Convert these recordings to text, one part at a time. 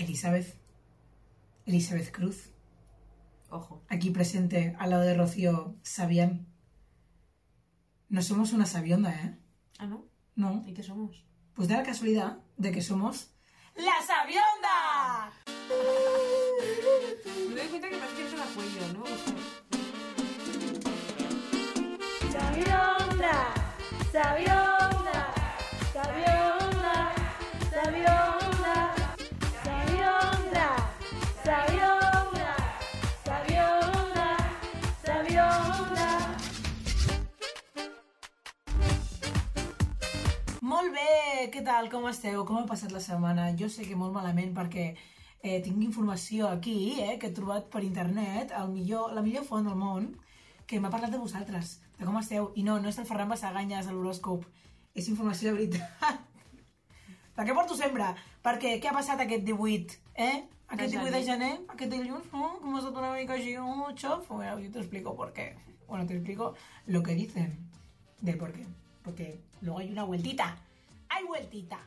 Elizabeth Cruz, Ojo. aquí presente al lado de Rocío Sabián. No somos una sabionda, ¿eh? Ah, ¿no? No. ¿Y qué somos? Pues da la casualidad de que somos ¡la sabionda! Me doy cuenta que más quieres un apoyo, ¿no? Sabionda, sabionda, sabionda, sabionda, sabionda, sabionda, sabionda, sabionda. Molt bé, què tal, com esteu? Com ha passat la setmana? Jo sé que molt malament perquè tinc informació aquí, que he trobat per internet, la millor font del món, que m'ha parlat de vosaltres, de com esteu. I no és el Ferran Bassaganyes a l'horòscop, és informació de veritat. La que porto sempre, perquè què ha passat aquest 18, Aquest 18 de gener, aquest dilluns, com ha estat una mica així, xof? Bueno, yo te explico por qué. Bueno, te explico lo que dicen de por qué. Porque luego hay una vueltita. Hay vueltita,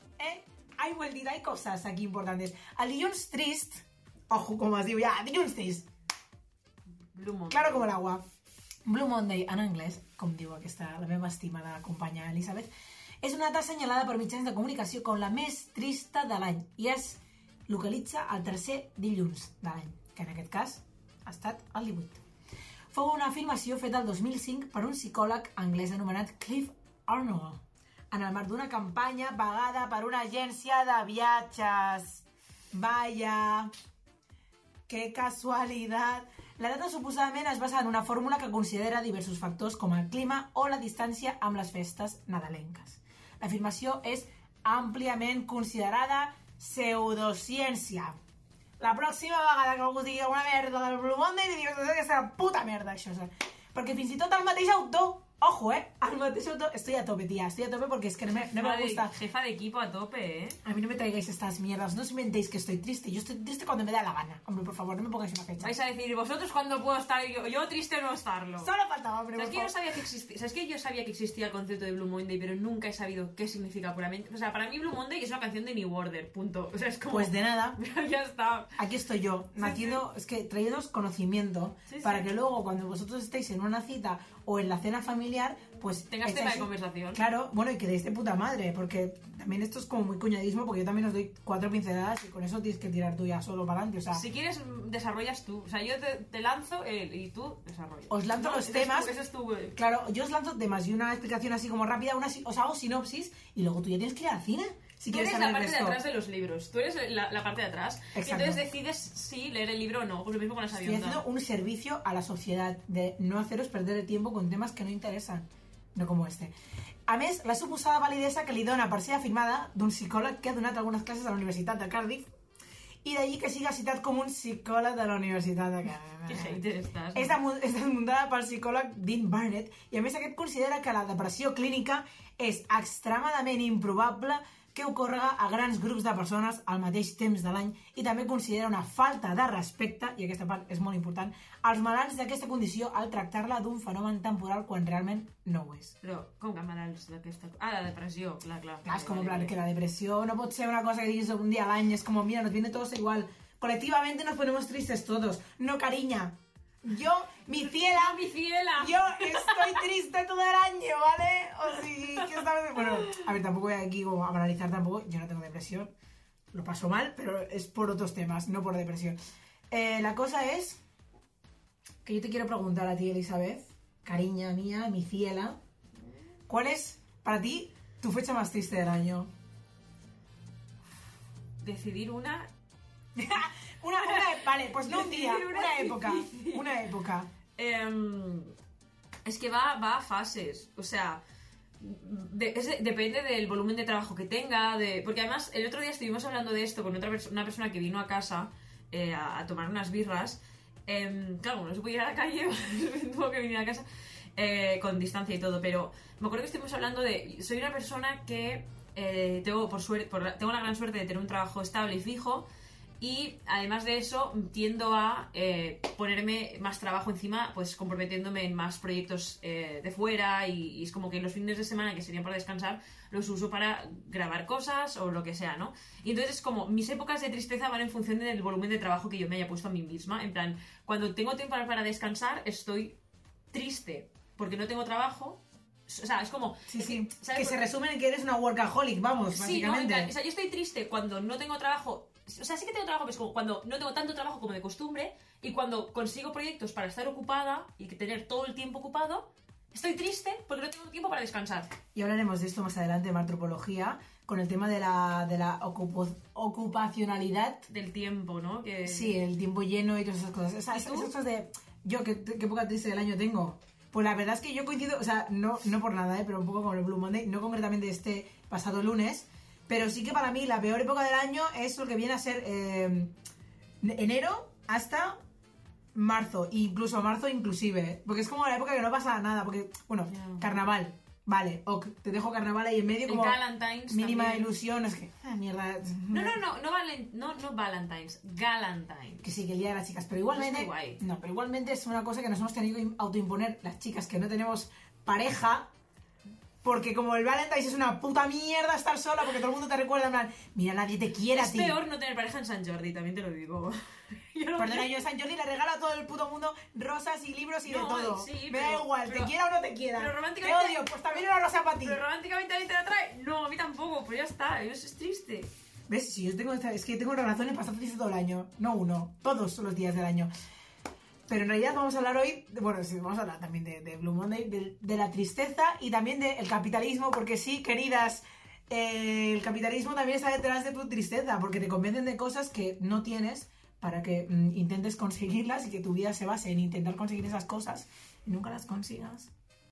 Hay vueltita, hay cosas aquí importantes. El dilluns trist, ojo, com es diu ja, dilluns trist. Blue Monday. Claro como el agua. Blue Monday, en anglès, com diu la meva estimada companya Elizabeth, és una data assenyalada per mitjans de comunicació com la més trista de l'any i es localitza al tercer dilluns de l'any, que en aquest cas ha estat el 18. Fou una afirmació feta el 2005 per un psicòleg anglès anomenat Cliff Arnold, en el marc d'una campanya pagada per una agència de viatges. Vaya, que casualitat. La data suposadament es basa en una fórmula que considera diversos factors com el clima o la distància amb les festes nadalenques. L'afirmació és àmpliament considerada pseudociència. La pròxima vegada que algú digui una merda del Blue Monday li dius que serà puta merda això, perquè fins i tot el mateix autor, ojo, el mateix autor, estoy a tope, tía, estoy a tope porque es que no me gusta. Jefa de equipo a tope, A mí no me traigáis estas mierdas, no os inventéis que estoy triste, yo estoy triste cuando me da la gana. Hombre, por favor, no me pongáis una fecha. Vais a decir, ¿vosotros cuándo puedo estar yo triste o no estarlo? Solo faltaba, hombre, ¿Sabes que yo sabía que existía el concepto de Blue Monday, pero nunca he sabido qué significa puramente? O sea, para mí Blue Monday es una canción de New Order, punto. O sea, es como... Pues de nada. Ya está. Aquí estoy yo, nacido, sí. Es que traídos conocimiento para que luego cuando vosotros estéis en una cita o en la cena familiar, pues... Tengas tema de conversación. Claro, bueno, y que deis de puta madre, porque también esto es como muy cuñadismo, porque yo también os doy 4 pinceladas y con eso tienes que tirar tú ya solo para adelante, o sea... Si quieres, desarrollas tú. O sea, yo te lanzo y tú desarrollas. Os lanzo los temas... Ese es tu... Claro, yo os lanzo temas y una explicación así como rápida, os hago sinopsis y luego tú ya tienes que ir al cine. Si tú quieres eres la saber parte el resto. de atrás de los libros. Tú eres la parte de atrás. Exacto. Y entonces decides si leer el libro o no. Pues lo mismo con la Estoy sabionda. haciendo un servicio a la sociedad de no haceros perder el tiempo con temes que no interessen. No com este. A més, la suposada validesa que li dona per ser afirmada d'un psicòleg que ha donat algunes classes a la Universitat de Cardiff i d'allí que siga citat com un psicòleg de la Universitat de Cardiff. Que hater estàs. És desmuntada pel psicòleg Dean Barnett i a més aquest considera que la depressió clínica és extremadament improbable que ocorrega a grans grups de persones al mateix temps de l'any i també considera una falta de respecte, i aquesta part és molt important, als malalts d'aquesta condició al tractar-la d'un fenomen temporal quan realment no ho és. Però com que malalts d'aquesta... Ah, la depressió, clar. Clar, és com en plan que la depressió no pot ser una cosa que diguis un dia a l'any, és com, mira, nos viene todos igual, colectivamente nos ponemos tristes todos, no cariña. Yo, mi ciela, yo estoy triste todo el año, ¿vale? O si, ¿qué sabes? Bueno, a ver, tampoco voy aquí a banalizar tampoco, yo no tengo depresión, lo paso mal, pero es por otros temas, no por depresión. La cosa es que yo te quiero preguntar a ti, Elizabeth, cariña mía, mi ciela, ¿cuál es, para ti, tu fecha más triste del año? Decidir una... Vale, pues no un día, una época. Es que va a fases, o sea, depende del volumen de trabajo que tenga, porque además el otro día estuvimos hablando de esto con una persona que vino a casa a tomar unas birras. Claro, no se puede ir a la calle, tuvo que venir a casa con distancia y todo, pero me acuerdo que estuvimos hablando soy una persona que tengo la gran suerte de tener un trabajo estable y fijo. Y además de eso, tiendo a ponerme más trabajo encima, pues comprometiéndome en más proyectos de fuera y es como que los fines de semana que serían para descansar los uso para grabar cosas o lo que sea, ¿no? Y entonces es como mis épocas de tristeza van en función del volumen de trabajo que yo me haya puesto a mí misma. En plan, cuando tengo tiempo para descansar estoy triste porque no tengo trabajo. O sea, es como... Sí, sí. ¿sabes? Que se resume en que eres una workaholic, vamos, Sí, ¿no? básicamente. O sea, yo estoy triste cuando no tengo trabajo. O sea, sí que tengo trabajo, pero es como cuando no tengo tanto trabajo como de costumbre y cuando consigo proyectos para estar ocupada y tener todo el tiempo ocupado, estoy triste porque no tengo tiempo para descansar. Y hablaremos de esto más adelante en antropología, con el tema de la ocupacionalidad. Del tiempo, ¿no? Que... Sí, el tiempo lleno y todas esas cosas. Esas cosas de... Yo, ¿qué época triste del año tengo? Pues la verdad es que yo coincido, o sea, no por nada, pero un poco con el Blue Monday, no concretamente este pasado lunes, pero sí que para mí la peor época del año es lo que viene a ser enero hasta marzo, incluso marzo inclusive, porque es como la época que no pasa nada, porque, bueno, carnaval, vale, ok, te dejo carnaval ahí en medio como Galentine's mínima también. ilusión, es que, mierda. No Valentine's, Galentine's. Que sí, que el día de las chicas, pero igualmente, Está guay. no, pero igualmente es una cosa que nos hemos tenido que autoimponer las chicas que no tenemos pareja. Porque como el Valentine's es una puta mierda estar sola, porque todo el mundo te recuerda, en plan, mira, nadie te quiere a Es ti. peor no tener pareja en San Jordi, también te lo digo. Perdona, yo a San Jordi le regalo a todo el puto mundo rosas y libros y de No, todo. sí, Me da pero- igual, pero- te quiera o no te quiera. pero Te románticamente- odio, pues también una rosa para ti. Pero románticamente a mí te la trae. No, a mí tampoco, pues ya está, eso es triste. ¿Ves? Si yo tengo, es que tengo razones para estar triste todo el año. No uno, todos los días del año. Pero en realidad vamos a hablar hoy, bueno, sí, vamos a hablar también de Blue Monday, de la tristeza y también del capitalismo, porque sí, queridas, el capitalismo también está detrás de tu tristeza, porque te convencen de cosas que no tienes para que intentes conseguirlas y que tu vida se base en intentar conseguir esas cosas y nunca las consigas.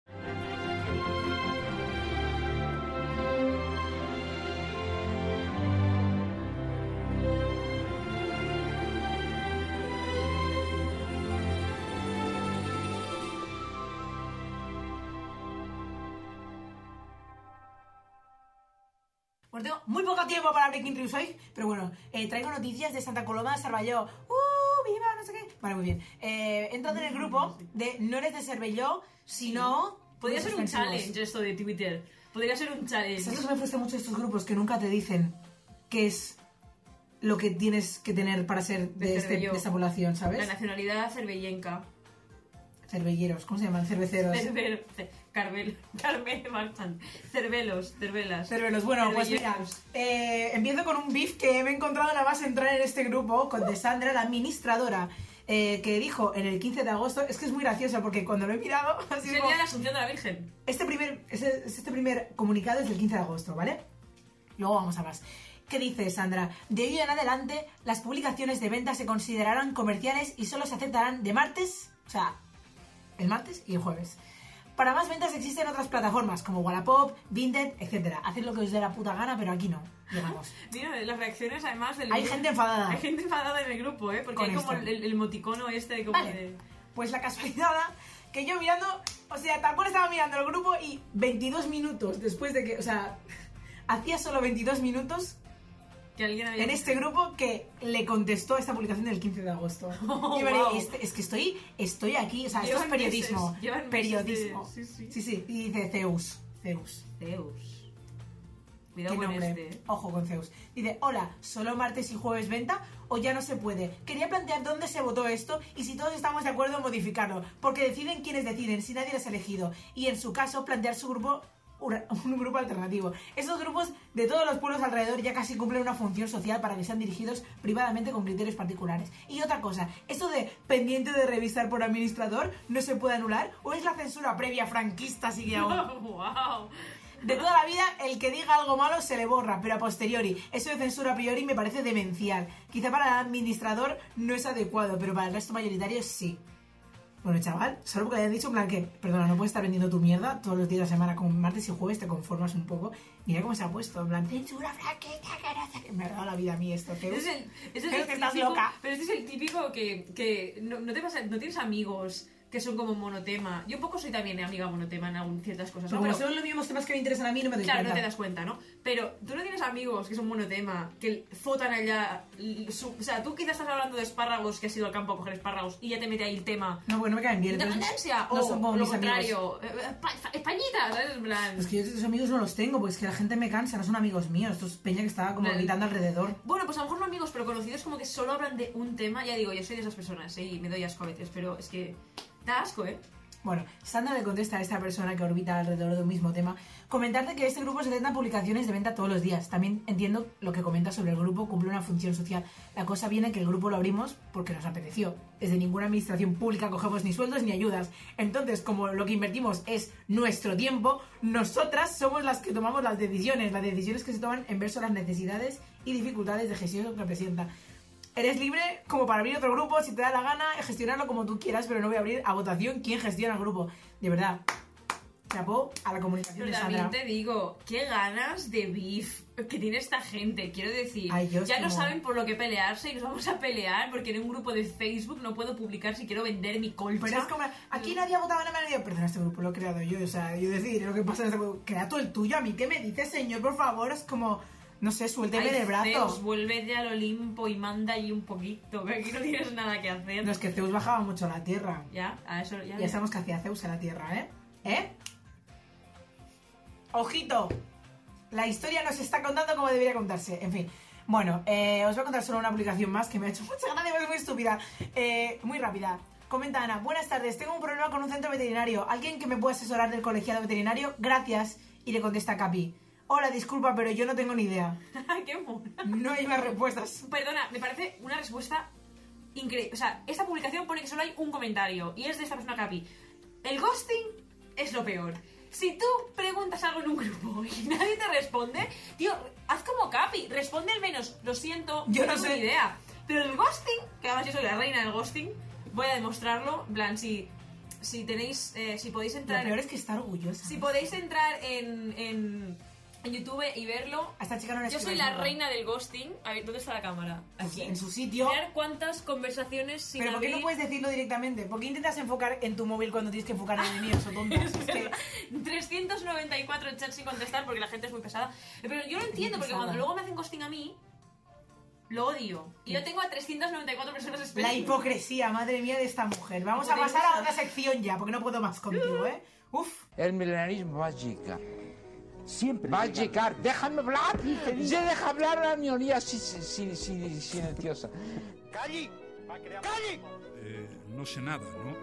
Bueno, tengo muy poco tiempo para Breaking News hoy, pero bueno, traigo noticias de Santa Coloma de Cervelló. ¡Viva! No sé qué. Vale, muy bien. He entrado en el grupo de no eres de Cervelló, sino... Podría ser un suspensivos. challenge esto de Twitter. Podría ser un challenge. ¿Sabes lo que me frustra mucho de estos grupos? Que nunca te dicen qué es lo que tienes que tener para ser de Cervelló. esta población, La ¿sabes? nacionalidad cervellenca. Cervelleros, ¿cómo se llaman? Cerveceros. Carmel Marchand. Cervelos. Cervelos. Bueno, pues mira, Cervelleros. empiezo con un beef que me he encontrado nada más entrar en este grupo con de Sandra, la administradora, que dijo en el 15 de agosto, es que es muy gracioso porque cuando lo he mirado, así Es el como- día de la Asunción de la Virgen. este primer comunicado es del 15 de agosto, ¿vale? Luego vamos a más. ¿Qué dice Sandra? De hoy en adelante, las publicaciones de venta se considerarán comerciales y solo se aceptarán de martes, o sea, el martes y el jueves. Para más ventas existen otras plataformas como Wallapop, Vinted, etc. Haced lo que os dé la puta gana, pero aquí no, digamos. Mira, las reacciones además del Hay grupo- gente enfadada. Hay gente enfadada en el grupo, Porque Con hay como esto. el emoticono este de como Vale. de... Pues la casualidad que yo mirando, o sea, tal cual estaba mirando el grupo y 22 minutos después de que, o sea, hacía solo 22 minutos Que alguien había... en este grupo que le contestó a esta publicación del 15 de agosto. Oh, y me wow. es que estoy aquí, o sea, esto Llevan es periodismo. meses, llevan meses periodismo. de- sí. Sí, y dice Zeus. Zeus. Cuidado ¿Qué con nombre? este. Ojo con Zeus. Dice, hola, ¿solo martes y jueves venta o ya no se puede? Quería plantear dónde se votó esto y si todos estamos de acuerdo en modificarlo, porque deciden quienes deciden, si nadie les ha elegido. Y en su caso, plantear su grupo, un grupo alternativo. Esos grupos de todos los pueblos alrededor ya casi cumplen una función social para que sean dirigidos privadamente con criterios particulares. Y otra cosa, ¿esto de pendiente de revisar por administrador no se puede anular? ¿O es la censura previa franquista sigue aún? ¡Wow! De toda la vida, el que diga algo malo se le borra, pero a posteriori. Eso de censura a priori me parece demencial. Quizá para el administrador no es adecuado, pero para el resto mayoritario sí. Bueno, chaval, solo porque le hayan dicho en plan que, perdona, no puedes estar vendiendo tu mierda todos los días de la semana, con martes y jueves te conformas un poco. Mira cómo se ha puesto, en plan, censura franquista, que no sé qué. Me ha dado la vida a mí esto, que Este es el Creo que estás típico- loca. Pero este es el típico que no te pasa, no tienes amigos, que son como monotema. Yo un poco soy también amiga monotema en ciertas cosas, ¿no? Como Pero, son los mismos temas que me interesan a mí, no me doy claro, no cuenta. te das cuenta, ¿no? Pero tú no tienes amigos que son monotema, que fotan allá... o sea, tú quizás estás hablando de espárragos, que has ido al campo a coger espárragos, y ya te mete ahí el tema... No, porque no me caen bien. Independencia, no o son como lo mis contrario, Españita, ¿sabes? En plan... Es que yo esos amigos no los tengo, porque es que la gente me cansa, no son amigos míos. Esto es peña que estaba como Vale. gritando alrededor. Bueno, pues a lo mejor no amigos, pero conocidos como que solo hablan de un tema. Ya digo, yo soy de esas personas, y me doy asco a veces, pero es que da asco, ¿eh? Bueno, Sandra le contesta a esta persona que orbita alrededor de un mismo tema. Comentarte que este grupo se centra publicaciones de venta todos los días. También entiendo lo que comenta sobre el grupo, cumple una función social. La cosa viene que el grupo lo abrimos porque nos apeteció. Desde ninguna administración pública cogemos ni sueldos ni ayudas. Entonces, como lo que invertimos es nuestro tiempo, nosotras somos las que tomamos las decisiones que se toman en verso a las necesidades y dificultades de gestión que representa. Eres libre como para abrir otro grupo si te da la gana, gestionarlo como tú quieras, pero no voy a abrir a votación quién gestiona el grupo. De verdad, chapó a la comunicación Pero de también Sandra. te digo, qué ganas de beef que tiene esta gente. Quiero decir, Ay, yo ya es no como- saben por lo que pelearse y nos vamos a pelear porque en un grupo de Facebook no puedo publicar si quiero vender mi colcha. Pero es como, aquí nadie ha votado nada, nadie. Perdona, este grupo lo he creado yo, o sea, yo decidiré lo que pasa en este grupo. Crea tú el tuyo, a mí, ¿qué me dices, señor? Por favor, es como, no sé, suélteme Ay, del brazo. Zeus, vuélvete al Olimpo y manda allí un poquito, que aquí no tienes nada que hacer. No, es que Zeus bajaba mucho a la tierra. Ya, a eso ya. Ya sabemos que hacía Zeus a la tierra, ¿eh? ¿Eh? Ojito, la historia nos está contando como debería contarse. En fin, bueno, os voy a contar solo una publicación más que me ha hecho mucha gracia, pero es muy estúpida. Muy rápida. Comenta Ana, buenas tardes, tengo un problema con un centro veterinario. ¿Alguien que me pueda asesorar del colegiado veterinario? Gracias. Y le contesta Capi, hola, disculpa, pero yo no tengo ni idea. ¡Qué mona! No hay más respuestas. Perdona, me parece una respuesta increíble. O sea, esta publicación pone que solo hay un comentario y es de esta persona Capi. El ghosting es lo peor. Si tú preguntas algo en un grupo y nadie te responde, tío, haz como Capi, responde al menos, lo siento, Yo no tengo sé. ni idea. Pero el ghosting, que además yo soy la reina del ghosting, voy a demostrarlo. En plan, si tenéis, si podéis Lo entrar... peor es que está orgullosa. Si podéis entrar en YouTube y verlo. A esta chica no le Yo soy escribáis la nunca. reina del ghosting. A ver, ¿dónde está la cámara? Aquí. En su sitio. Ver cuántas conversaciones sin Pero ¿por qué no abrir. puedes decirlo directamente? ¿Por qué intentas enfocar en tu móvil cuando tienes que enfocar en el mío? Eso tonta. Es que... 394 chats sin contestar porque la gente es muy pesada. Pero yo lo entiendo porque pesada. cuando luego me hacen ghosting a mí, lo odio. Y yo tengo a 394 personas La esperando. hipocresía, madre mía, de esta mujer. Vamos a pasar a otra sección ya, porque no puedo más contigo, ¿eh? Uf. El milenarismo va a llegar. Siempre. Va a llegar. ¡Déjame hablar! ¡Se deja hablar a la minoría silenciosa! ¡Calli! ¡Calli! No sé nada, ¿no?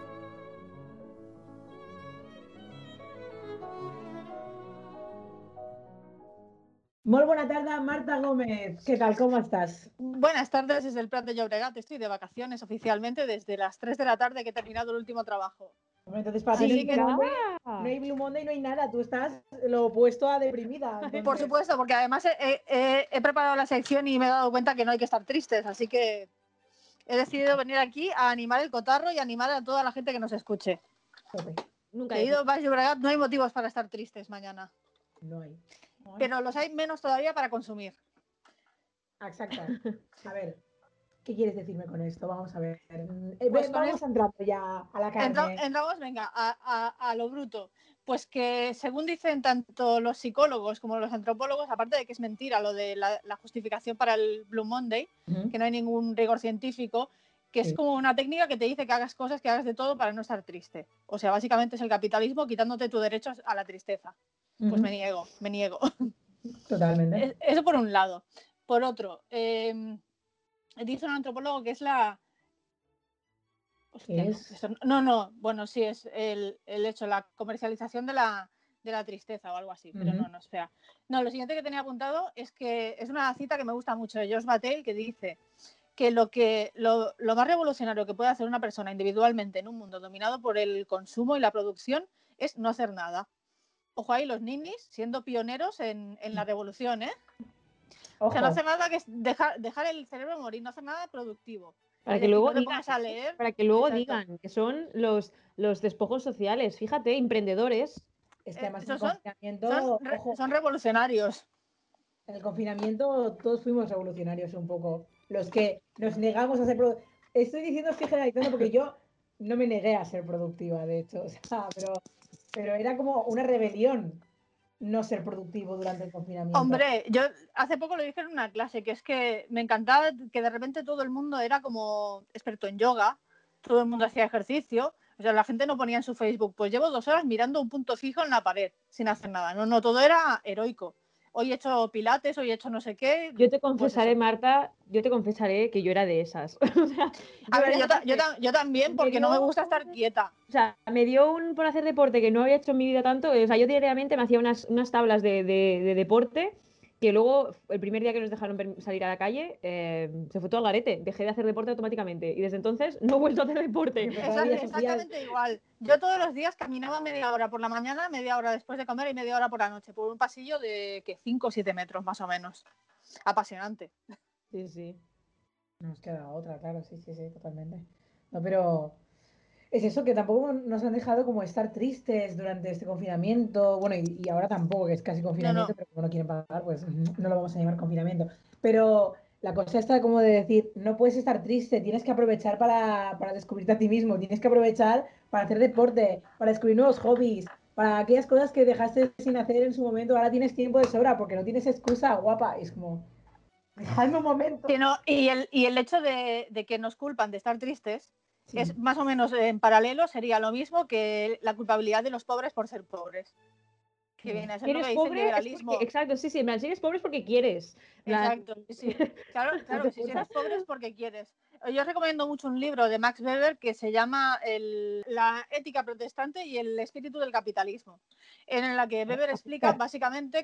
Molt bona tarda, Marta Gómez. ¿Qué tal? ¿Cómo estás? Buenas tardes desde el Prat de Llobregat. Estoy de vacaciones oficialmente desde las 3 de la tarde que he terminado el último trabajo. Hombre, entonces, para Sí, ti que no hay Blue Monday, no hay nada. Tú estás lo opuesto a deprimida. Entonces... Por supuesto, porque además he preparado la sección y me he dado cuenta que no hay que estar tristes, así que he decidido venir aquí a animar el cotarro y animar a toda la gente que nos escuche. Joder, Nunca Querido Baix Llobregat, no hay motivos para estar tristes mañana, no hay. pero los hay menos todavía para consumir. Exacto. A ver, ¿qué quieres decirme con esto? Vamos a ver. Pues con vamos entrando ya a la carne. Entramos, venga, a lo bruto. Pues que según dicen tanto los psicólogos como los antropólogos, aparte de que es mentira lo de la justificación para el Blue Monday, Ujú. que no hay ningún rigor científico, que Sí. es como una técnica que te dice que hagas cosas, que hagas de todo para no estar triste. O sea, básicamente es el capitalismo quitándote tu derecho a la tristeza. Pues Ujú. me niego. Totalmente. Eso por un lado. Por otro, dice un antropólogo que es la... Hostia, ¿Qué no, es? esto bueno, sí, es el hecho, la comercialización de la tristeza o algo así, pero Ujú. no, espera. No, lo siguiente que tenía apuntado es que es una cita que me gusta mucho de George Battelle, que dice que lo más revolucionario que puede hacer una persona individualmente en un mundo dominado por el consumo y la producción es no hacer nada. Ojo ahí, los ninis siendo pioneros en la revolución, ¿eh? O sea, no Ojo. hacer nada que es dejar el cerebro morir, no hacer nada productivo. Para Es que decir, luego no te digan, pongas a leer. para que luego Exacto. digan que son los despojos sociales. Fíjate, emprendedores. Es que además en el Esos confinamiento, ojo, Son revolucionarios. en el confinamiento todos fuimos revolucionarios un poco. Los que nos negamos a ser... Estoy diciendo, estoy generalizando porque yo no me negué a ser productiva, de hecho, o sea, pero era como una rebelión no ser productivo durante el confinamiento. Hombre, yo hace poco lo dije en una clase, que es que me encantaba que de repente todo el mundo era como experto en yoga, todo el mundo hacía ejercicio, o sea, la gente no ponía en su Facebook, pues llevo 2 horas mirando un punto fijo en la pared, sin hacer nada. No, no, todo era heroico. Hoy he hecho pilates, hoy he hecho no sé qué. Yo te Pues confesaré, eso. Marta, yo te confesaré que yo era de esas. O sea, A ver, era yo también, me porque no me dio gusta estar quieta. O sea, me dio por hacer deporte que no había hecho en mi vida tanto. O sea, yo diariamente me hacía unas tablas de deporte que luego, el primer día que nos dejaron salir a la calle, se fue todo al garete. Dejé de hacer deporte automáticamente. Y desde entonces no he vuelto a hacer deporte. Porque cada día sufrías. Exactamente igual. Yo todos los días caminaba media hora por la mañana, media hora después de comer y media hora por la noche, por un pasillo de 5 o 7 metros más o menos. Apasionante. Sí, sí. Nos queda otra, claro, sí, totalmente. No, pero es eso, que tampoco nos han dejado como estar tristes durante este confinamiento. Bueno, y ahora tampoco, que es casi confinamiento, No. pero como no quieren pagar, pues no lo vamos a llamar confinamiento. Pero la cosa está como de decir, no puedes estar triste, tienes que aprovechar para descubrirte a ti mismo, tienes que aprovechar para hacer deporte, para descubrir nuevos hobbies, para aquellas cosas que dejaste sin hacer en su momento, ahora tienes tiempo de sobra porque no tienes excusa, guapa. Y es como, dejadme un momento. Sí, no, y el hecho de que nos culpan de estar tristes Sí. es más o menos en paralelo, sería lo mismo que la culpabilidad de los pobres por ser pobres. Que viene a ser Si lo que eres dice el pobre, es liberalismo. porque, exacto, sí, en plan, si eres pobre es porque quieres. En plan, Exacto, sí. Claro, No te si fuerzas. eres pobre es porque quieres. Yo recomiendo mucho un libro de Max Weber que se llama La ética protestante y el espíritu del capitalismo, en la que Weber explica básicamente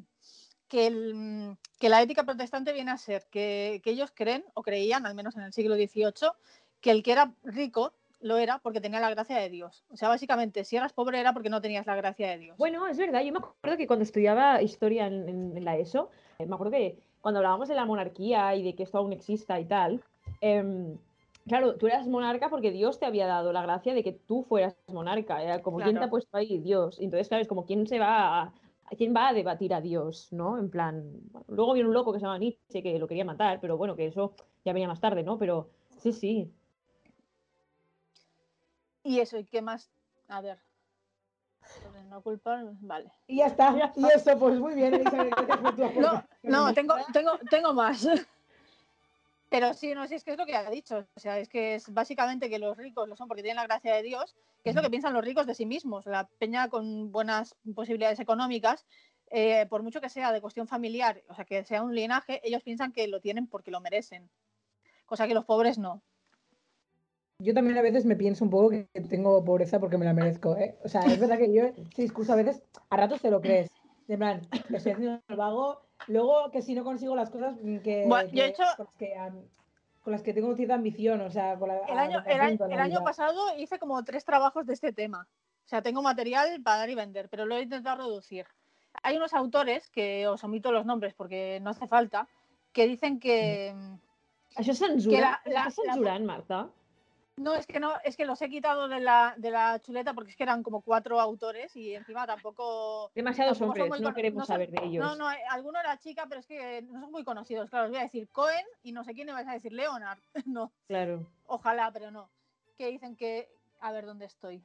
que la ética protestante viene a ser que ellos creen, o creían, al menos en el siglo XVIII, que el que era rico lo era porque tenía la gracia de Dios. O sea, básicamente, si eras pobre era porque no tenías la gracia de Dios. Bueno, es verdad, yo me acuerdo que cuando estudiaba historia en la ESO, me acuerdo que cuando hablábamos de la monarquía y de que esto aún exista y tal, claro, tú eras monarca porque Dios te había dado la gracia de que tú fueras monarca, era como quién te Claro. ha puesto ahí, Dios. Entonces, claro, es como quién va a debatir a Dios, ¿no? En plan, bueno, luego viene un loco que se llama Nietzsche que lo quería matar, pero bueno, que eso ya venía más tarde, ¿no? Pero sí, sí. Y eso, ¿y qué más? A ver. Entonces, no culpar, vale. Y ya está. Y eso, pues muy bien, Elizabeth, gracias por tu aportación. No, tengo más. Pero sí, no, sí, es que es lo que ha dicho. O sea, es que es básicamente que los ricos lo son porque tienen la gracia de Dios, que es lo que piensan los ricos de sí mismos. La peña con buenas posibilidades económicas, por mucho que sea de cuestión familiar, o sea, que sea un linaje, ellos piensan que lo tienen porque lo merecen. Cosa que los pobres no. Yo también a veces me pienso un poco que tengo pobreza porque me la merezco, ¿eh? O sea, es verdad que yo ese discurso a veces, a ratos te lo crees. De plan, estoy haciendo el vago, luego que si no consigo las cosas Bueno, yo he hecho, con las que tengo cierta ambición, o sea, con el año, donde apunto en el la año vida. pasado hice como 3 trabajos de este tema. O sea, tengo material para dar y vender, pero lo he intentado reducir. Hay unos autores, que os omito los nombres porque no hace falta, que dicen que Això és censura? Estàs censurant, Marta? No, es que los he quitado de la chuleta porque es que eran como 4 autores y encima tampoco Demasiados son hombres, muy no queremos no son- saber de ellos. No, alguno era chica, pero es que no son muy conocidos. Claro, os voy a decir Cohen y no sé quién me vais a decir Leonard. No, Claro. ojalá, pero no. Que dicen que, a ver dónde estoy.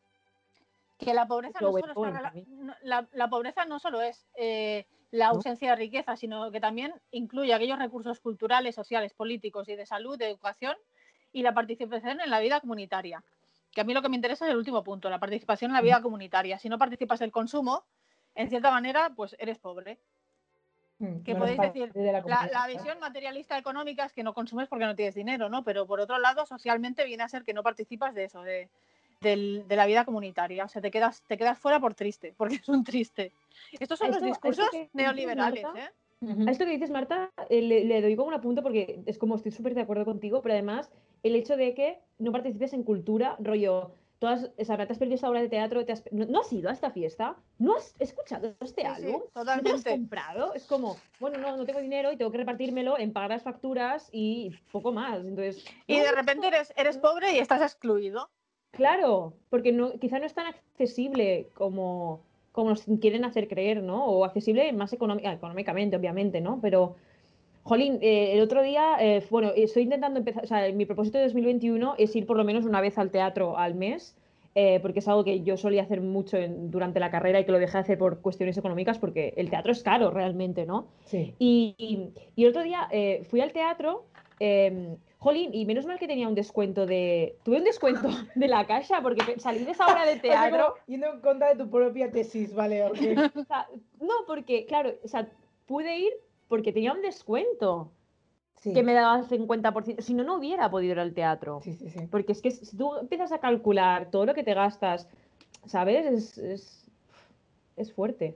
Que la pobreza no Joe solo Cohen está también. la pobreza no solo es la ¿No? ausencia de riqueza, sino que también incluye aquellos recursos culturales, sociales, políticos y de salud, de educación y la participación en la vida comunitaria. Que a mí lo que me interesa es el último punto, la participación en la vida comunitaria. Si no participas en el consumo, en cierta manera, pues eres pobre. Que No eres podéis parte decir, de la comunidad, la ¿no? visión materialista económica es que no consumes porque no tienes dinero, ¿no? Pero por otro lado, socialmente viene a ser que no participas de eso, de la vida comunitaria. O sea, te quedas fuera por triste, porque es un triste. Estos son los discursos que dices, neoliberales, Marta, ¿eh? a esto que dices, Marta, le doy como un apunto porque es como estoy súper de acuerdo contigo, pero además el hecho de que no participes en cultura, rollo, o sea, te has perdido esta obra de teatro, no has ido a esta fiesta, no has escuchado este álbum, no te lo has totalmente. comprado, es como, bueno, no tengo dinero y tengo que repartírmelo en pagar las facturas y poco más, entonces... Y de repente eres pobre y estás excluido. Claro, porque quizá no es tan accesible como nos quieren hacer creer, ¿no? O accesible más económicamente, obviamente, ¿no? Pero, Jolín, el otro día, bueno, estoy intentando empezar, o sea, mi propósito de 2021 es ir por lo menos una vez al teatro al mes, porque es algo que yo solía hacer mucho durante la carrera y que lo dejé de hacer por cuestiones económicas, porque el teatro es caro realmente, ¿no? Sí. Y el otro día fui al teatro, jolín, y menos mal que tenía un descuento tuve un descuento de la Caixa, porque salí de esa hora de O sea, como teatro. yendo en contra de tu propia tesis, ¿vale? Ok. O sea, no, porque, claro, o sea, pude ir porque tenía un descuento Sí, que me daba el 50%. Si no, no hubiera podido ir al teatro. sí, sí, sí. Porque es que si tú empiezas a calcular todo lo que te gastas, ¿sabes? Es fuerte.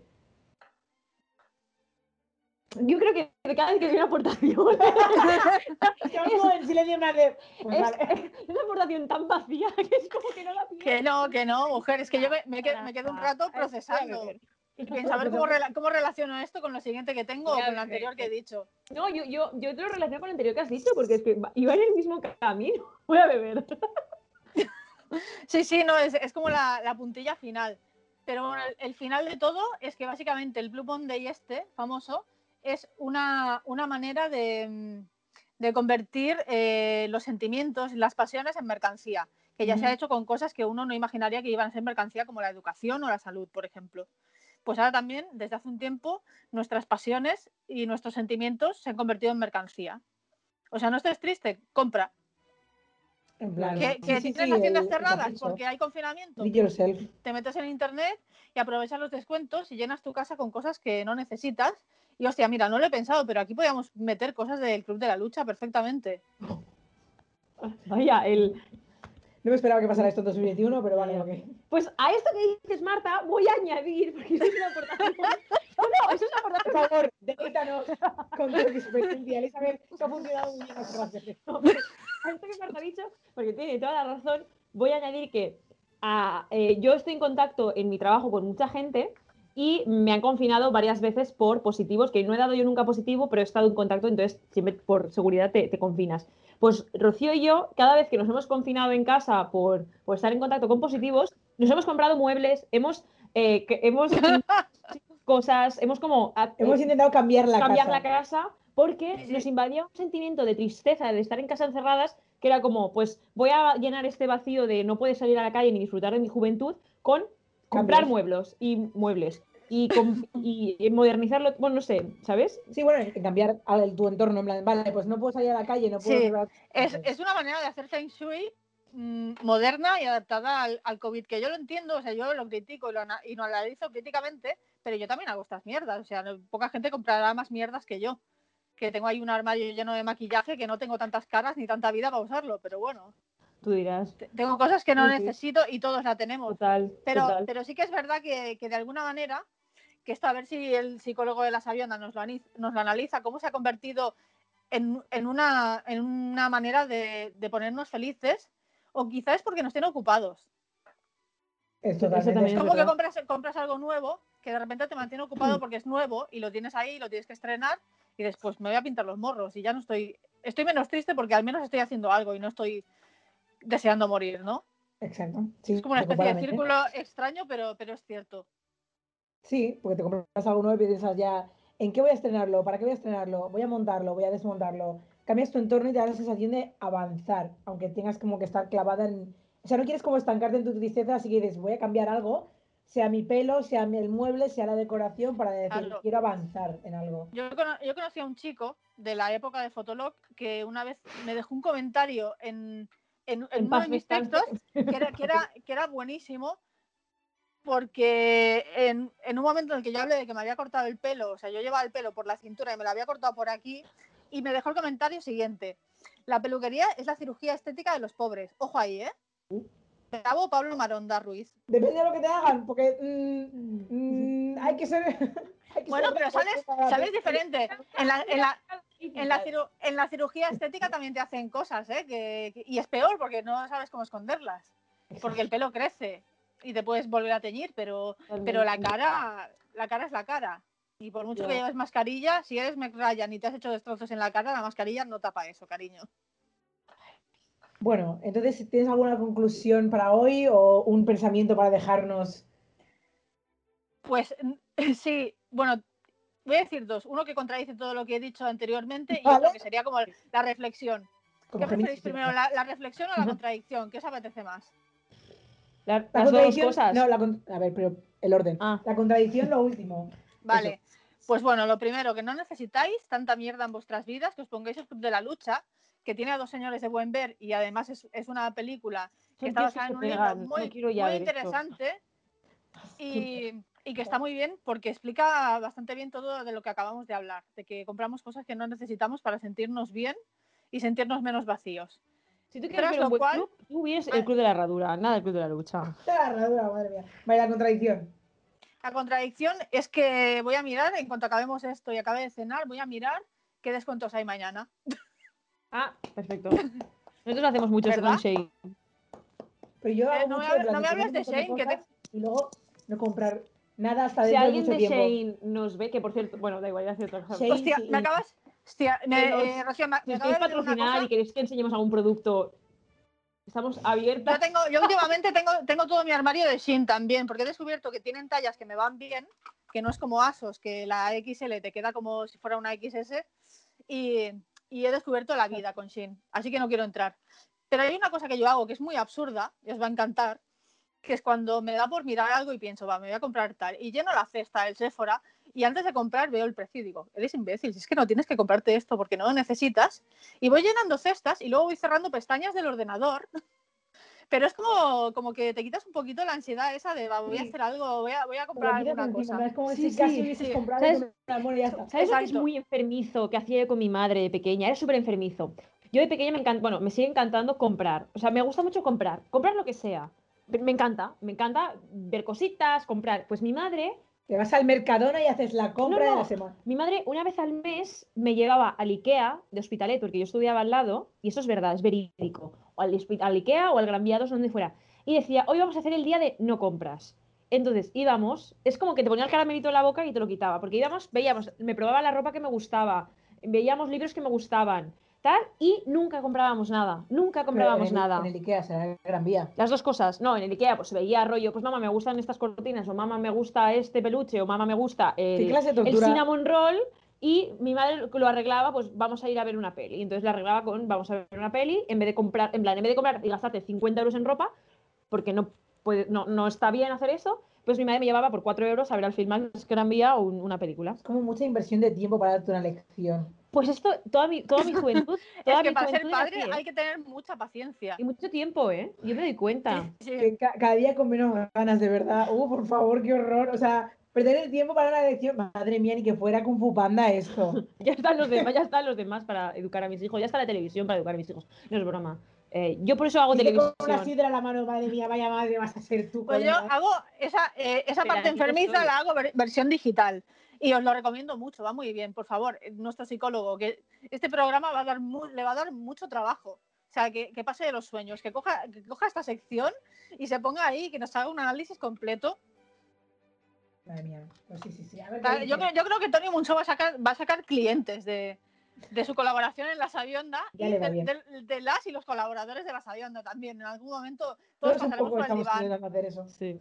Yo creo que cada vez que doy una aportación Estamos como en silencio más de... Pues vale. es una aportación tan vacía que es como que no la pienso. Que no, mujer, es que yo me quedo un rato procesando. Y pienso, a ver cómo relaciono esto con lo siguiente que tengo o con lo anterior que he dicho. No, yo te lo relaciono con lo anterior que has dicho, porque es que iba en el mismo camino. Voy a beber. Sí, no, es como la puntilla final. Pero bueno, el final de todo es que básicamente el Blue Monday famoso es una manera de convertir los sentimientos y las pasiones en mercancía, que ya se ha hecho con cosas que uno no imaginaría que iban a ser mercancía, como la educación o la salud, por ejemplo. Pues ahora también, desde hace un tiempo, nuestras pasiones y nuestros sentimientos se han convertido en mercancía. O sea, no estés triste, compra. En plan, Que sí, tienes las tiendas el cerradas capricho. porque hay confinamiento. Be yourself. Te metes en internet y aprovechas los descuentos y llenas tu casa con cosas que no necesitas. Y hostia, mira, no lo he pensado, pero aquí podríamos meter cosas del Club de la Lucha perfectamente. Vaya, No me esperaba que pasara esto en 2021, pero vale, ok. Pues a esto que dices, Marta, voy a añadir, porque eso es una aportación. No, eso es una Por aportación. favor, deleítanos con tu experiencia. Elizabeth, esto ha funcionado muy bien las frases. A esto que Marta ha dicho, porque tiene toda la razón, voy a añadir que yo estoy en contacto en mi trabajo con mucha gente y me han confinado varias veces por positivos, que no he dado yo nunca positivo, pero he estado en contacto, entonces siempre por seguridad te confinas. Pues Rocío y yo, cada vez que nos hemos confinado en casa por estar en contacto con positivos, nos hemos comprado muebles, hemos cosas, hemos como Hemos intentado cambiar la la casa. casa porque nos invadía un sentimiento de tristeza de estar en casa encerradas, que era como, pues voy a llenar este vacío de no poder salir a la calle ni disfrutar de mi juventud con comprar Cambios. muebles y modernizarlo, bueno, no sé, ¿sabes? Sí, bueno, en cambiar tu entorno, en plan, vale, pues no puedo salir a la calle, no puedo... Sí, hacer- es una manera de hacer Feng Shui moderna y adaptada al COVID, que yo lo entiendo, o sea, yo lo critico y lo analizo críticamente, pero yo también hago estas mierdas, o sea, poca gente comprará más mierdas que yo, que tengo ahí un armario lleno de maquillaje, que no tengo tantas caras ni tanta vida para usarlo, pero bueno, Tú dirás, tengo cosas que no Sí, sí. necesito y todos la tenemos, total. pero sí que es verdad que de alguna manera, que esto a ver si el psicólogo de la Sabionda nos lo analiza, cómo se ha convertido en una manera de ponernos felices, o quizás es porque nos tienen ocupados. Es Eso totalmente. también Es como que verdad. compras algo nuevo, que de repente te mantiene ocupado porque es nuevo y lo tienes ahí, lo tienes que estrenar y después me voy a pintar los morros y ya no estoy menos triste porque al menos estoy haciendo algo y no estoy deseando morir, ¿no? Exacto. Sí, Es como una especie de completamente. círculo extraño, pero es cierto. Sí, porque te compras algo nuevo y piensas ya, ¿en qué voy a estrenarlo? ¿Para qué voy a estrenarlo? ¿Voy a montarlo? ¿Voy a desmontarlo? Cambias tu entorno y te da la sensación de avanzar, aunque tengas como que estar clavada en... O sea, no quieres como estancarte en tu tristeza, así que dices, voy a cambiar algo, sea mi pelo, sea el mueble, sea la decoración, para decir, Claro. quiero avanzar en algo. Yo conocí a un chico de la época de Fotolog que una vez me dejó un comentario en uno de mis textos que era buenísimo, porque en un momento en el que yo hablé de que me había cortado el pelo, o sea, yo llevaba el pelo por la cintura y me lo había cortado por aquí, y me dejó el comentario siguiente: la peluquería es la cirugía estética de los pobres. Ojo ahí, ¿eh? Bravo, Pablo Maronda Ruiz. Depende de lo que te hagan, porque hay que ser... Bueno, pero sales diferente. En la cirugía estética también te hacen cosas, ¿eh? Y es peor porque no sabes cómo esconderlas. Porque el pelo crece y te puedes volver a teñir, pero la cara es la cara. Y por mucho que lleves mascarilla, si eres Meg Ryan y te has hecho destrozos en la cara, la mascarilla no tapa eso, cariño. Bueno, entonces, ¿tienes alguna conclusión para hoy o un pensamiento para dejarnos? Pues sí, bueno, Voy a decir dos. Uno que contradice todo lo que he dicho anteriormente y Vale. otro que sería como la reflexión. Como ¿Qué preferís Géminis, primero, la reflexión o la contradicción? ¿Qué os apetece más? La Las dos contradicción, cosas. no, a ver, pero el orden. Ah. La contradicción, lo último. Vale. Pues bueno, lo primero, que no necesitáis tanta mierda en vuestras vidas, que os pongáis el Club de la Lucha, que tiene a dos señores de buen ver y además es una película que Son está tíos que basada se en un libro pegan, muy, no quiero ya muy ver esto. interesante y que está muy bien porque explica bastante bien todo de lo que acabamos de hablar, de que compramos cosas que no necesitamos para sentirnos bien y sentirnos menos vacíos. Si tú quieres Tras ver un lo buen cual, club, tú vienes el Club de la Herradura, nada el Club de la Lucha. La herradura, madre mía. Vale, la contradicción. la contradicción es que voy a mirar, en cuanto acabemos esto y acabe de cenar, voy a mirar qué descuentos hay mañana. Ah, perfecto. Nosotros hacemos mucho eso con ¿Verdad? Shane. Pero yo hago No mucho me, de plan no me de hables comer de un montón de Shane, que te... cosas y luego no comprar nada hasta Si dentro de alguien mucho de tiempo. Shane nos ve, que por cierto, bueno, da igual, voy a hacer otra cosa. Shane, Hostia, sí. me acabas... Hostia, Rocío, me Si os acaba queréis de venir una patrocinar cosa. y queréis que enseñemos algún producto, estamos abiertas. Yo últimamente tengo todo mi armario de Shein también, porque he descubierto que tienen tallas que me van bien, que no es como Asos, que la XL te queda como si fuera una XS, y he descubierto la vida con Shein, así que no quiero entrar. Pero hay una cosa que yo hago que es muy absurda, y os va a encantar, que es cuando me da por mirar algo y pienso, va, me voy a comprar tal, y lleno la cesta del Sephora, y antes de comprar veo el precio y digo, eres imbécil, si es que no tienes que comprarte esto porque no lo necesitas, y voy llenando cestas y luego voy cerrando pestañas del ordenador. Pero es como que te quitas un poquito la ansiedad esa de, va, voy a hacer algo, voy a Te lo comprar quitas de alguna encima, cosa. es como Sí, si casi sí, hubieses sí. comprado ¿Sabes? y tu amor y ya está. ¿Sabes lo que es Exacto. muy enfermizo que hacía yo con mi madre de pequeña? Era súper enfermizo. Yo de pequeña bueno, me sigue encantando comprar. O sea, me gusta mucho comprar. Comprar lo que sea. Me encanta ver cositas, comprar. Pues mi madre, Te vas al Mercadona y haces la compra de la no, semana. mi madre una vez al mes me llevaba al IKEA de Hospitalet, porque yo estudiaba al lado, y eso es verdad, es verídico. O al IKEA o al Gran Vía 2, donde fuera. Y decía, hoy vamos a hacer el día de no compras. Entonces íbamos, es como que te ponía el caramelito en la boca y te lo quitaba, porque íbamos, veíamos, me probaba la ropa que me gustaba, veíamos libros que me gustaban, tal, y nunca comprábamos nada, nunca Pero comprábamos en nada. el Ikea será el Gran Vía. Las dos cosas, no, en el IKEA pues veía rollo, pues mamá me gustan estas cortinas, o mamá me gusta este peluche, o mamá me gusta ¿Qué clase de el tortura? cinnamon roll, y mi madre lo arreglaba, pues vamos a ir a ver una peli. Entonces lo arreglaba con, vamos a ver una peli, en vez de comprar, en plan, en vez de comprar y gastarte 50 euros en ropa, porque no está bien hacer eso, pues mi madre me llevaba por 4 euros a ver al Filmax Gran Vía una película. Es como mucha inversión de tiempo para darte una lección. Pues esto, toda mi juventud, Es toda que mi para ser juventud era padre así, ¿eh? hay que tener mucha paciencia. Y mucho tiempo, ¿eh? Yo me doy cuenta. Sí. Que cada día con menos ganas, de verdad. Por favor, qué horror. O sea, perder el tiempo para una lección. Madre mía, ni que fuera Kung Fu Panda esto. Ya están los demás para educar a mis hijos, ya está la televisión para educar a mis hijos. No es broma. Yo por eso hago Dice con una televisión. sidra a la mano, madre mía, vaya madre vas a ser tú, Pues yo colega. hago esa parte aquí no enfermiza, estoy. la hago versión digital. Y os lo recomiendo mucho, va muy bien, por favor, nuestro psicólogo, que este programa le va a dar mucho trabajo. O sea, que pase de los sueños, que coja esta sección y se ponga ahí, que nos haga un análisis completo. Madre mía, pues sí. A ver qué Yo dice. creo que Tony Muncho va a sacar clientes de su colaboración en La Sabionda Ya y le va bien. de las y los colaboradores de La Sabionda también. En algún momento Todos todos un pasaremos poco por el estamos diván. intentando hacer eso. Sí.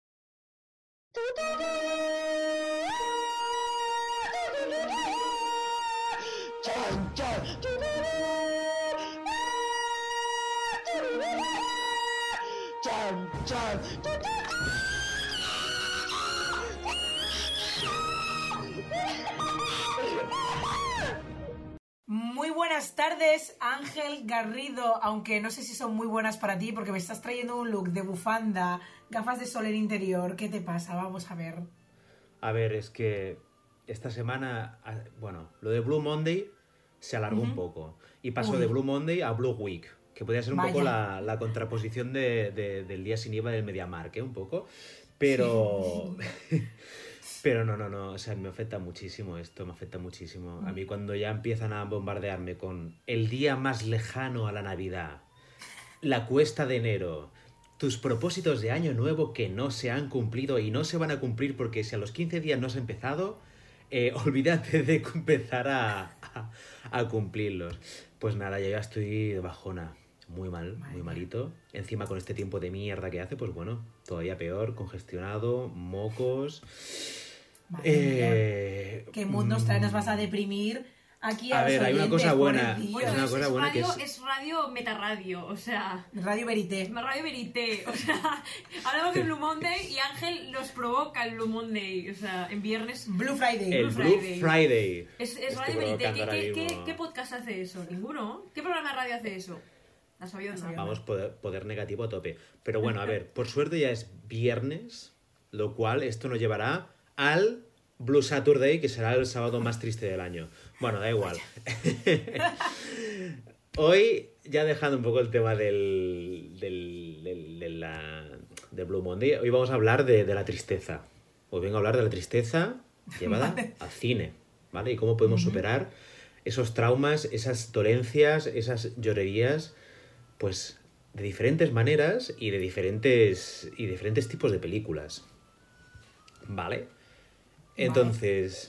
Muy buenas tardes, Ángel Garrido, aunque no sé si son muy buenas para ti porque me estás trayendo un look de bufanda, gafas de sol en interior. ¿Qué te pasa? Vamos a ver. A ver, es que esta semana, bueno, lo de Blue Monday se alargó un poco y pasó Uy. de Blue Monday a Blue Week, que podría ser un poco Vaya. la contraposición del día sin IVA del MediaMarkt, un poco, pero... Pero no, o sea, me afecta muchísimo esto, me afecta muchísimo. A mí cuando ya empiezan a bombardearme con el día más lejano a la Navidad, la cuesta de enero, tus propósitos de año nuevo que no se han cumplido y no se van a cumplir porque si a los 15 días no has empezado, olvídate de empezar a cumplirlos. Pues nada, yo ya estoy de bajona. Muy mal, muy malito. Encima con este tiempo de mierda que hace, pues bueno, todavía peor, congestionado, mocos... Madre mía. ¿Qué mundo nos vas a deprimir aquí a ver, los hay una oyentes, cosa buena. pobrecillos? Bueno, Es una cosa buena que radio, es- es radio metaradio, o sea... Radio Verité. Radio Verité, o sea, hablamos de Blue Monday y Ángel nos provoca el Blue Monday, o sea, en viernes... Blue Friday. El Blue Blue Friday. Friday. Es Estoy Radio Verité. provocando ahora mismo. ¿Qué podcast hace eso? ¿Ninguno? ¿Qué programa de radio hace eso? La Sabionda. Vamos, poder negativo a tope. Pero bueno, a ver, por suerte ya es viernes, lo cual esto nos llevará al Blue Saturday, que será el sábado más triste del año. Bueno, da igual. Hoy, ya dejando un poco el tema del Blue Monday, hoy vamos a hablar de la tristeza. Hoy vengo a hablar de la tristeza llevada al cine, ¿vale? Y cómo podemos superar esos traumas, esas dolencias, esas llorerías, pues de diferentes maneras y de diferentes tipos de películas. ¿Vale? Entonces,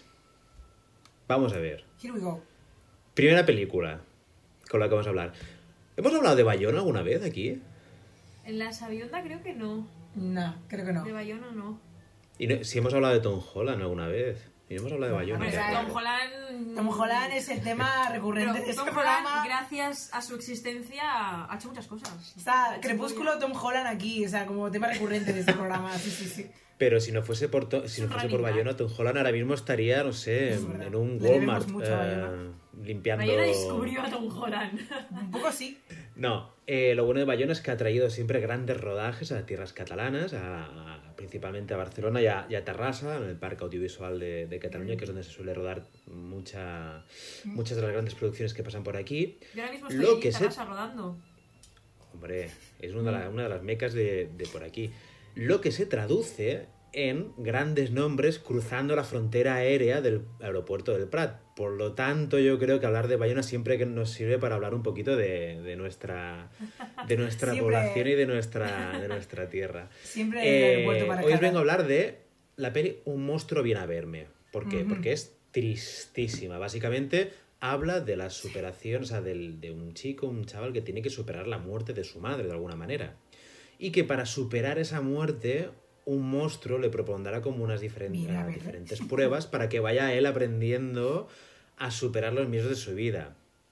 vamos a ver. Here we go. Primera película con la que vamos a hablar. ¿Hemos hablado de Bayona alguna vez aquí? En la Sabionda creo que no. No, creo que no. De Bayona no. Y si hemos hablado de Tom Holland alguna vez. Y no hemos hablado de Bayona. Hombre, ya. Tom Holland... Tom Holland es el tema recurrente Pero de este Tom programa. Holland, gracias a su existencia, ha hecho muchas cosas. Está Ha hecho Crepúsculo, Tom Holland aquí, o sea, como tema recurrente de este programa. Sí, sí, sí. Pero si no fuese por Bayona, Tom Holland ahora mismo estaría, no sé, Es verdad. en un Le debemos Walmart mucho a Bayona. limpiando... Bayona descubrió a Tom Holland. Un poco sí. No, lo bueno de Bayona es que ha traído siempre grandes rodajes a tierras catalanas, principalmente a Barcelona y a Terrassa, en el Parque Audiovisual de Cataluña, que es donde se suele rodar muchas de las grandes producciones que pasan por aquí. Yo ahora mismo estoy Lo en que Terrassa rodando. Hombre, es una de las mecas de por aquí. Lo que se traduce en grandes nombres cruzando la frontera aérea del aeropuerto del Prat. Por lo tanto, yo creo que hablar de Bayona siempre que nos sirve para hablar un poquito de nuestra Siempre. población y de nuestra tierra. Siempre hay un aeropuerto para Hoy os cada- vengo a hablar de la peli Un monstruo viene a verme. ¿Por qué? Ujú. Porque es tristísima. Básicamente habla de la superación, o sea, de un chico, un chaval que tiene que superar la muerte de su madre de alguna manera. Y que para superar esa muerte, un monstruo le propondrá como unas Mira, ¿verdad? diferentes pruebas para que vaya él aprendiendo a superar los miedos de su vida.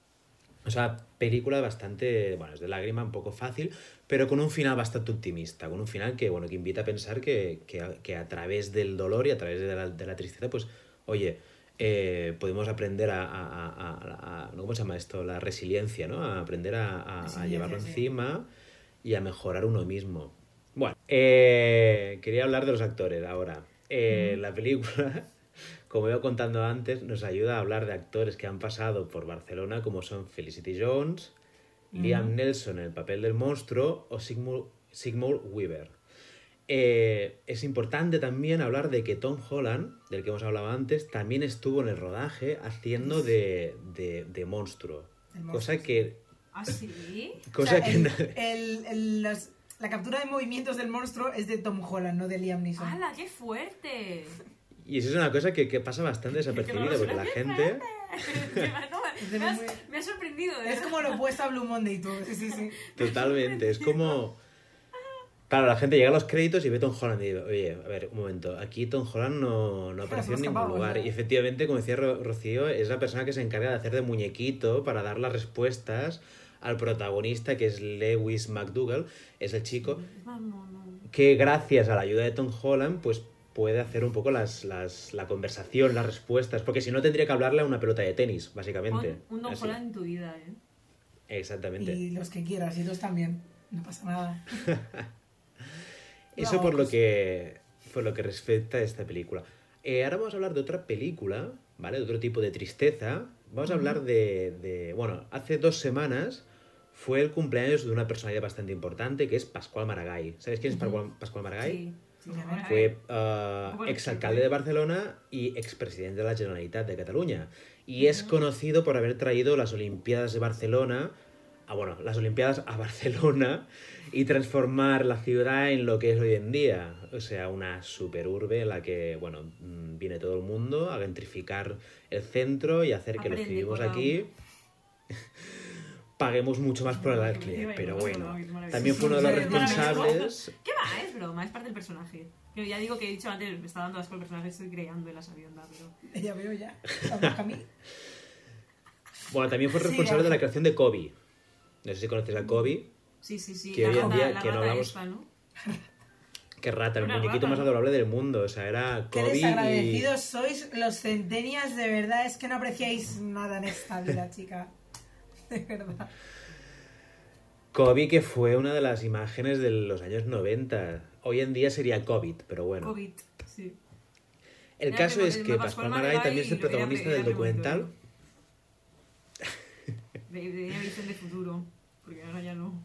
O sea, película bastante, bueno, es de lágrima, un poco fácil, pero con un final bastante optimista, con un final que, bueno, que invita a pensar que a través del dolor y a través de la tristeza, pues, oye, podemos aprender ¿cómo se llama esto? La resiliencia, ¿no? A aprender a Resiliencia, llevarlo sí. encima y a mejorar uno mismo. Bueno, quería hablar de los actores ahora. La película, como iba contando antes, nos ayuda a hablar de actores que han pasado por Barcelona, como son Felicity Jones, Liam Neeson en el papel del monstruo o Sigmund Weaver. Es importante también hablar de que Tom Holland, del que hemos hablado antes, también estuvo en el rodaje haciendo de monstruo. El monstruo, Cosa sí. que... ¿Ah, sí? Cosa O sea, que... la captura de movimientos del monstruo es de Tom Holland, no de Liam Neeson. ¡Hala, qué fuerte! Y eso es una cosa que pasa bastante desapercibida, porque la gente... No, me ha sorprendido. Es como lo opuesto a Blue Monday y todo. Sí, sí, sí. Totalmente, es como... Claro, la gente llega a los créditos y ve Tom Holland y dice, oye, a ver, un momento, aquí Tom Holland no apareció en ningún escapamos, lugar. ¿no? Y efectivamente, como decía Rocío, es la persona que se encarga de hacer de muñequito para dar las respuestas al protagonista, que es Lewis McDougall, es el chico que gracias a la ayuda de Tom Holland, pues puede hacer un poco la conversación, las respuestas, porque si no tendría que hablarle a una pelota de tenis, básicamente. Pon un Tom Así. Holland en tu vida, ¿eh? Exactamente. Y los que quieras, y ellos también. No pasa nada. Eso por lo que respecta a esta película. Ahora vamos a hablar de otra película, ¿vale? De otro tipo de tristeza. Vamos a hablar bueno, hace 2 semanas fue el cumpleaños de una personalidad bastante importante, que es Pasqual Maragall. ¿Sabes quién es Pasqual Maragall? Sí. Fue poco exalcalde de Barcelona y expresidente de la Generalitat de Cataluña. Y es conocido por haber traído las Olimpiadas de Barcelona, las Olimpiadas a Barcelona y transformar la ciudad en lo que es hoy en día. O sea, una superurbe en la que, bueno, viene todo el mundo a gentrificar el centro y hacer que los que vivimos aquí paguemos mucho más por el alquiler. Pero bueno, también fue uno de los responsables... ¿Qué va? Es broma, es parte del personaje. Pero ya digo que he dicho antes, me está dando asco el personaje, estoy creando en la sabionda, pero... Ya veo, ya. Vamos, Cami. Bueno, también fue responsable de la creación de Kobe. No sé si conoces a Kobe. Sí, Que la hoy en rata, día la que no rata hablamos... esta, ¿no? Qué rata, el Una muñequito rata, más ¿no? adorable del mundo. O sea, era Qué Kobe desagradecidos sois los centenias, de verdad. Es que no apreciáis nada en esta vida, chica. De verdad. Kobe, que fue una de las imágenes de los años 90. Hoy en día sería COVID, pero bueno. COVID, sí. El Mira, caso me- es me que Pascual Pascual Maragall Maragall también es el lo veía- protagonista veía del documental. Veía visión de futuro, porque ahora ya no.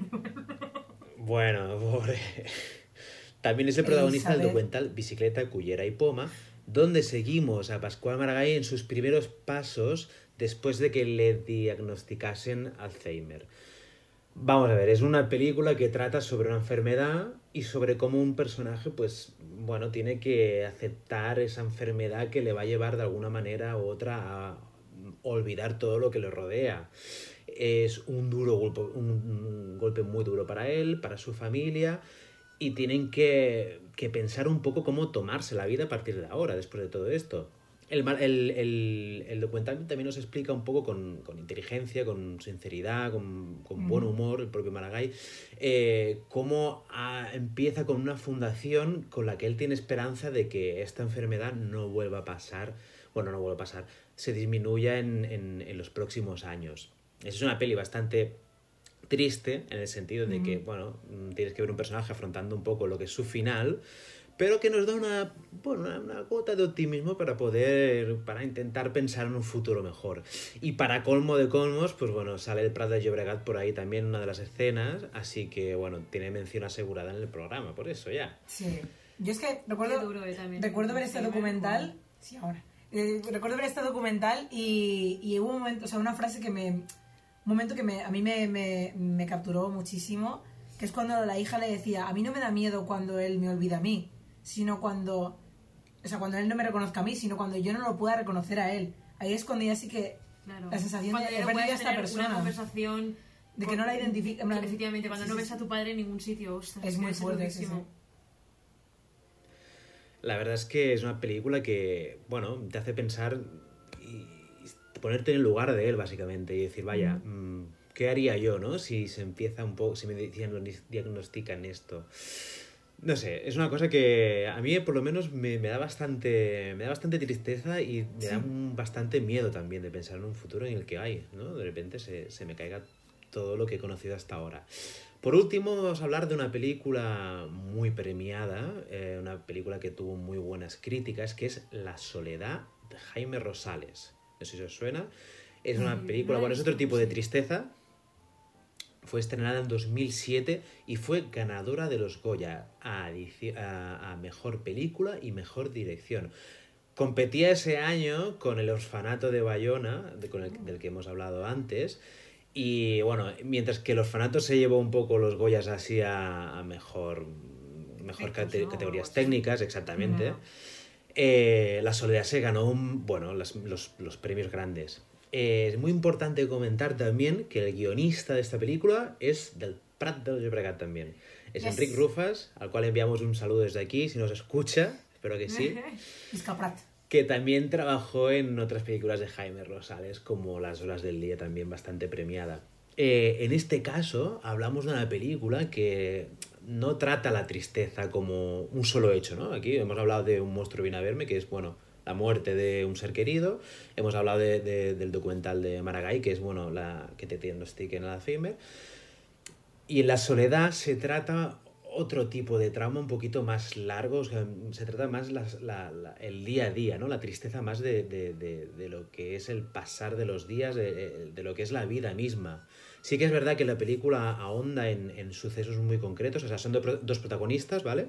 Bueno, pobre. También es el protagonista del Elizabeth. documental Bicicleta, Cullera y Poma, donde seguimos a Pascual Maragall en sus primeros pasos después de que le diagnosticasen Alzheimer. Vamos a ver, es una película que trata sobre una enfermedad y sobre cómo un personaje, pues, bueno, tiene que aceptar esa enfermedad que le va a llevar de alguna manera u otra a olvidar todo lo que le rodea. Es un golpe muy duro para él, para su familia, y tienen que pensar un poco cómo tomarse la vida a partir de ahora, después de todo esto. El documental también nos explica un poco con inteligencia, con sinceridad, con buen humor, el propio Maragall, cómo empieza con una fundación con la que él tiene esperanza de que esta enfermedad no vuelva a pasar, se disminuya en los próximos años. Es una peli bastante triste en el sentido de que, bueno, tienes que ver un personaje afrontando un poco lo que es su final, pero que nos da una gota de optimismo para intentar pensar en un futuro mejor. Y para colmo de colmos, pues bueno, sale el Prat de Llobregat por ahí también en una de las escenas, así que bueno, tiene mención asegurada en el programa, por eso ya. Sí. Yo es que Qué recuerdo duro, también. ver este Sí, documental. Sí, ahora. Recuerdo ver este documental y hubo un momento, o sea, una frase que a mí me capturó muchísimo, que es cuando la hija le decía: a mí no me da miedo cuando él me olvida a mí, sino cuando él no me reconozca a mí, sino cuando yo no lo pueda reconocer a él. Ahí es cuando ya sí que Claro. la sensación Cuando de ya he no perdido a puedes esta tener persona. una conversación De que no la identifica. en plan, Efectivamente, cuando sí, no sí, ves a sí. tu padre en ningún sitio, ostras, Es muy debe ser fuerte, sí, durísimo. sí. La verdad es que es una película que, bueno, te hace pensar y ponerte en el lugar de él, básicamente, y decir, vaya, ¿qué haría yo, no? Si se empieza un poco, si me diagnostican esto. No sé, es una cosa que a mí por lo menos me da bastante tristeza y me da bastante miedo también de pensar en un futuro en el que ¿no? De repente se me caiga todo lo que he conocido hasta ahora. Por último, vamos a hablar de una película muy premiada, una película que tuvo muy buenas críticas, que es La soledad de Jaime Rosales. No sé si os suena. Es una película, bueno, es otro tipo de tristeza. Fue estrenada en 2007 y fue ganadora de los Goya a Mejor Película y Mejor Dirección. Competía ese año con El Orfanato de Bayona, del que hemos hablado antes. Y bueno, mientras que El Orfanato se llevó un poco los Goyas así a mejor categorías técnicas, exactamente. La Soledad se ganó los premios grandes. Es muy importante comentar también que el guionista de esta película es del Prat de Llobregat también. Es Enric Rufas, al cual enviamos un saludo desde aquí, si nos escucha, espero que sí. Visca Prat. Que también trabajó en otras películas de Jaime Rosales, como Las horas del día, también bastante premiada. En este caso, hablamos de una película que no trata la tristeza como un solo hecho, ¿no? Aquí hemos hablado de Un monstruo viene a verme, que es, bueno, la muerte de un ser querido. Hemos hablado del documental de Maragall, que es, bueno, que te diagnostiquen el Alzheimer. Y en La soledad se trata otro tipo de trauma un poquito más largo, o sea, se trata más el día a día, ¿no? La tristeza más de lo que es el pasar de los días, de lo que es la vida misma. Sí que es verdad que la película ahonda en sucesos muy concretos, o sea, son dos protagonistas, ¿vale?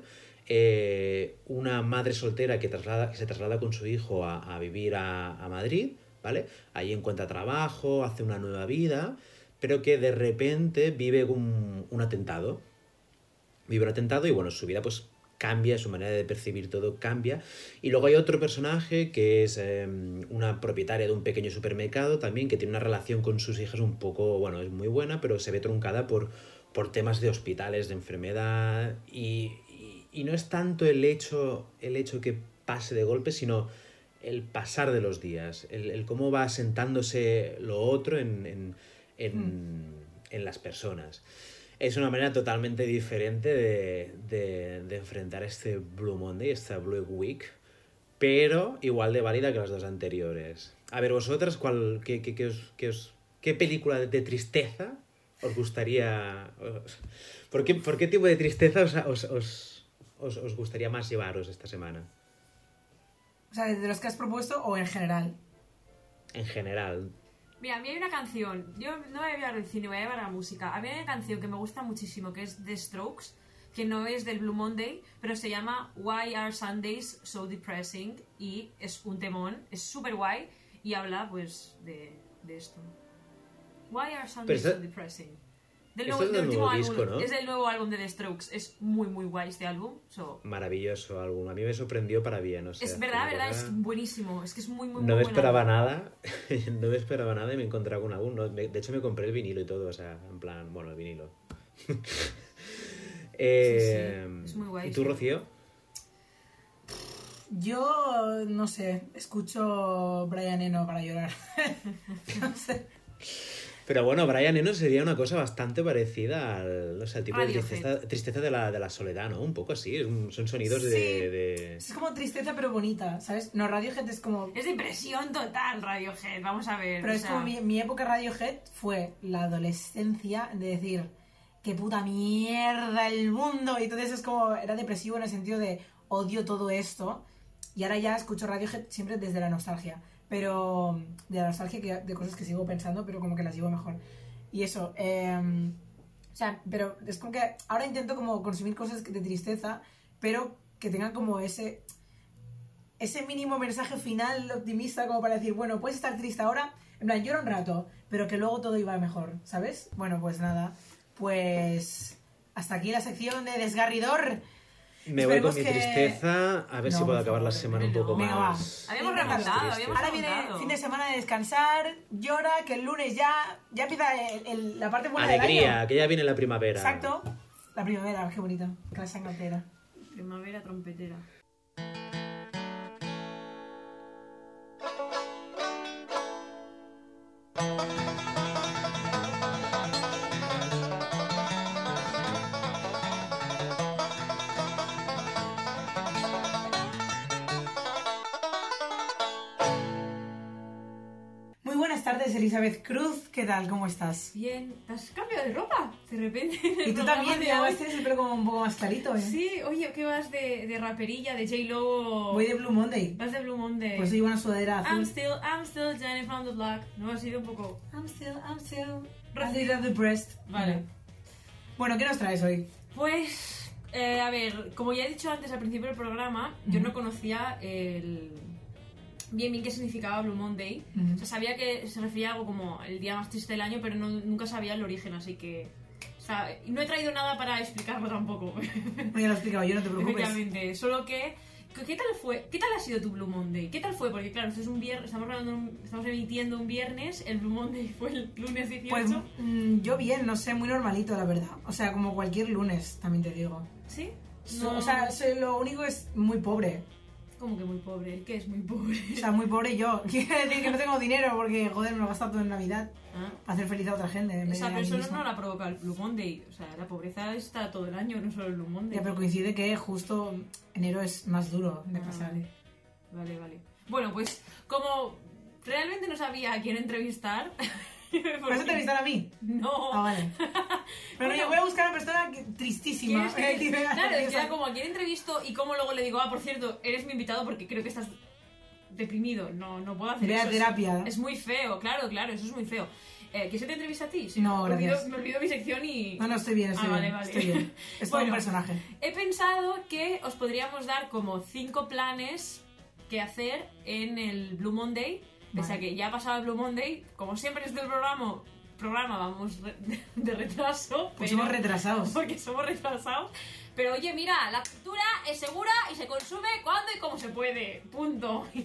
Una madre soltera que se traslada con su hijo a vivir a Madrid, ¿vale? Ahí encuentra trabajo, hace una nueva vida, pero que de repente vive un atentado. Vive un atentado y bueno, su vida pues cambia, su manera de percibir todo cambia. Y luego hay otro personaje que es una propietaria de un pequeño supermercado también, que tiene una relación con sus hijas un poco, bueno, es muy buena, pero se ve truncada por temas de hospitales, de enfermedad. Y y no es tanto el hecho que pase de golpe, sino el pasar de los días, el cómo va asentándose lo otro en las personas. Es una manera totalmente diferente de enfrentar este Blue Monday, esta Blue Week, pero igual de válida que las dos anteriores. A ver, vosotras, ¿qué película de tristeza os gustaría... ¿Por qué tipo de tristeza os gustaría más llevaros esta semana? O sea, ¿de los que has propuesto o en general? En general. Mira, a mí hay una canción, yo no voy a hablar del cine, voy a llevar a la música. A mí hay una canción que me gusta muchísimo, que es The Strokes, que no es del Blue Monday, pero se llama Why Are Sundays So Depressing, y es un temón, es súper guay, y habla, pues, de esto. Why Are Sundays So Depressing. Del último álbum, disco, ¿no? Es del nuevo álbum de The Strokes, es muy, muy guay este álbum. Maravilloso álbum, a mí me sorprendió para bien. O sea, es verdad, es buenísimo, es que es muy, muy, no muy me esperaba álbum. nada, no me esperaba nada y me encontré con un álbum. De hecho, me compré el vinilo y todo, o sea, en plan, bueno, el vinilo. Sí, es muy guay. ¿Y tú, Rocío? Yo, no sé, escucho Brian Eno para llorar. No sé. Pero bueno, Brian Eno sería una cosa bastante parecida al tipo Radiohead. de tristeza de la soledad, ¿no? Un poco así, son sonidos Sí. de... Es como tristeza pero bonita, ¿sabes? No, Radiohead es como... Es depresión total, Radiohead, vamos a ver. Pero o es sea, como mi época Radiohead fue la adolescencia de decir, qué puta mierda el mundo. Y entonces es como, era depresivo en el sentido de odio todo esto. Y ahora ya escucho Radiohead siempre desde la nostalgia. Pero de la nostalgia de cosas que sigo pensando, pero como que las llevo mejor. Y eso, o sea, pero es como que ahora intento como consumir cosas de tristeza, pero que tengan como ese mínimo mensaje final optimista como para decir, bueno, puedes estar triste ahora, en plan, llora un rato, pero que luego todo iba mejor, ¿sabes? Bueno, pues nada, pues hasta aquí la sección de Desgarridor. Me voy con Esperemos mi que- tristeza, a ver No, si puedo por acabar la favor, semana un poco venga, va. más... Habíamos Venga, remontado, tristes. habíamos Ahora viene remontado. fin de semana de descansar, llora, que el lunes ya empieza la parte buena del Alegría, año. que ya viene la primavera. Exacto. La primavera, qué bonito. Clase entera. Primavera trompetera. Muy buenas tardes, Elizabeth Cruz. ¿Qué tal? ¿Cómo estás? Bien, ¿te has cambiado de ropa? De repente. Y tú también, que además tienes el pelo como un poco más clarito, ¿eh? Sí, oye, ¿qué vas de raperilla, de J-Lo? Voy de Blue Monday. Vas de Blue Monday. Pues llevo una sudadera azul. I'm still Jenny from the block. No, ha sido un poco... I'm still a little depressed. Vale. Bueno, ¿qué nos traes hoy? Pues, a ver, como ya he dicho antes al principio del programa, yo no conocía bien qué significaba Blue Monday. Ujú. O sea, sabía que se refería a algo como el día más triste del año, pero nunca sabía el origen, así que... O sea, no he traído nada para explicarlo tampoco. Bueno, ya lo he explicado yo, no te preocupes. Efectivamente, solo que... ¿Qué tal fue? ¿Qué tal ha sido tu Blue Monday? ¿Qué tal fue? Porque claro, esto es un viernes, estamos emitiendo un viernes, el Blue Monday fue el lunes 18. Pues yo bien, no sé, muy normalito, la verdad. O sea, como cualquier lunes, también te digo. ¿Sí? O sea, lo único es muy pobre. Como que muy pobre, ¿el qué es muy pobre? O sea, muy pobre yo. Quiere decir que no tengo dinero porque, joder, me lo he gastado todo en Navidad Ah. para hacer feliz a otra gente. en vez Esa de a mí persona misma. no la provoca el Blue Monday. O sea, la pobreza está todo el año, no solo el Blue Monday. Ya, pero coincide que justo enero es más duro de pasar. Vale. Bueno, pues como realmente no sabía a quién entrevistar... ¿Vas a entrevistar a mí? No. Ah, vale. Pero yo voy a buscar a una persona tristísima. Claro, es que era como a quién entrevisto y cómo luego le digo, por cierto, eres mi invitado porque creo que estás deprimido. No puedo hacer Ve a eso. terapia. Es muy feo, claro, eso es muy feo. ¿Quieres que te entrevista a ti? Sí, No, me gracias. Me olvido mi sección y... No, estoy bien, Vale. estoy bien. Es todo un Bueno, personaje. He pensado que os podríamos dar como 5 planes que hacer en el Blue Monday. Pese a que ya ha pasado el Blue Monday, como siempre en este programa vamos de retraso. Pues pero- somos retrasados. Porque somos retrasados. Pero oye, mira, la cultura es segura y se consume cuando y como se puede. Punto. Y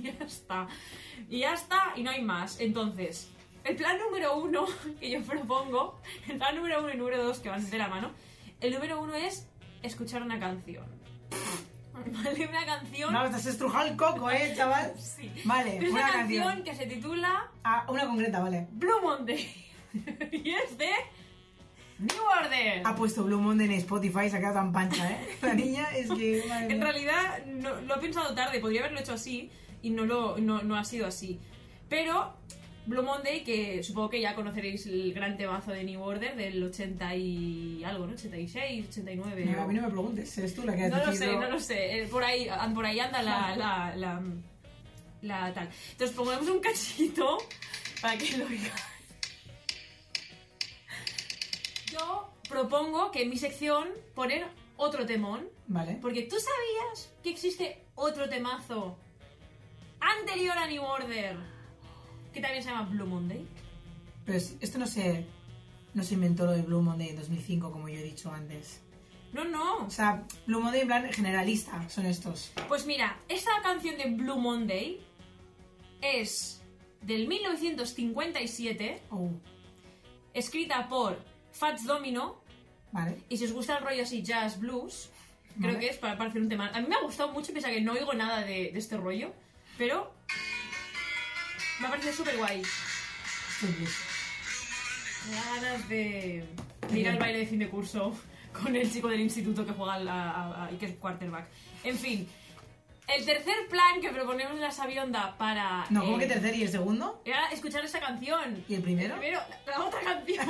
ya está. Y no hay más. Entonces, el plan número 1 que yo propongo, el plan número 1 y número 2 que van de la mano, el número 1 es escuchar una canción. Vale, una canción... No, te has estrujado el coco, chaval. Sí. Vale, Es una una canción. canción que se titula Ah, una concreta, vale. Blue Monday. Y es de New Order. Ha puesto Blue Monday en Spotify, se ha quedado tan pancha, La niña es que... madre En mía. realidad no, lo he pensado tarde, podría haberlo hecho así y no ha sido así. Pero Blue Monday, que supongo que ya conoceréis el gran temazo de New Order del 80 y algo, ¿no? 86, 89. No, a mí no me preguntes, eres tú la que has No lo decidido... sé, no lo sé. Por ahí anda la tal. Entonces pongamos un cachito para que lo oigáis. Yo propongo que en mi sección poner otro temón. Vale. Porque tú sabías que existe otro temazo anterior a New Order que también se llama Blue Monday. Pero esto no se inventó lo de Blue Monday en 2005, como yo he dicho antes. No. O sea, Blue Monday en plan generalista son estos. Pues mira, esta canción de Blue Monday es del 1957, escrita por Fats Domino. Vale. Y si os gusta el rollo así jazz blues, creo que es para hacer un tema. A mí me ha gustado mucho, pese a que no oigo nada de este rollo, pero me ha parecido súper guay. Me da ganas de ir al baile de fin de curso con el chico del instituto que juega y que es quarterback. En fin, el tercer plan que proponemos en la Sabionda para... No, ¿cómo que tercer y el segundo? Era escuchar esta canción. ¿Y el primero? El primero, la otra canción.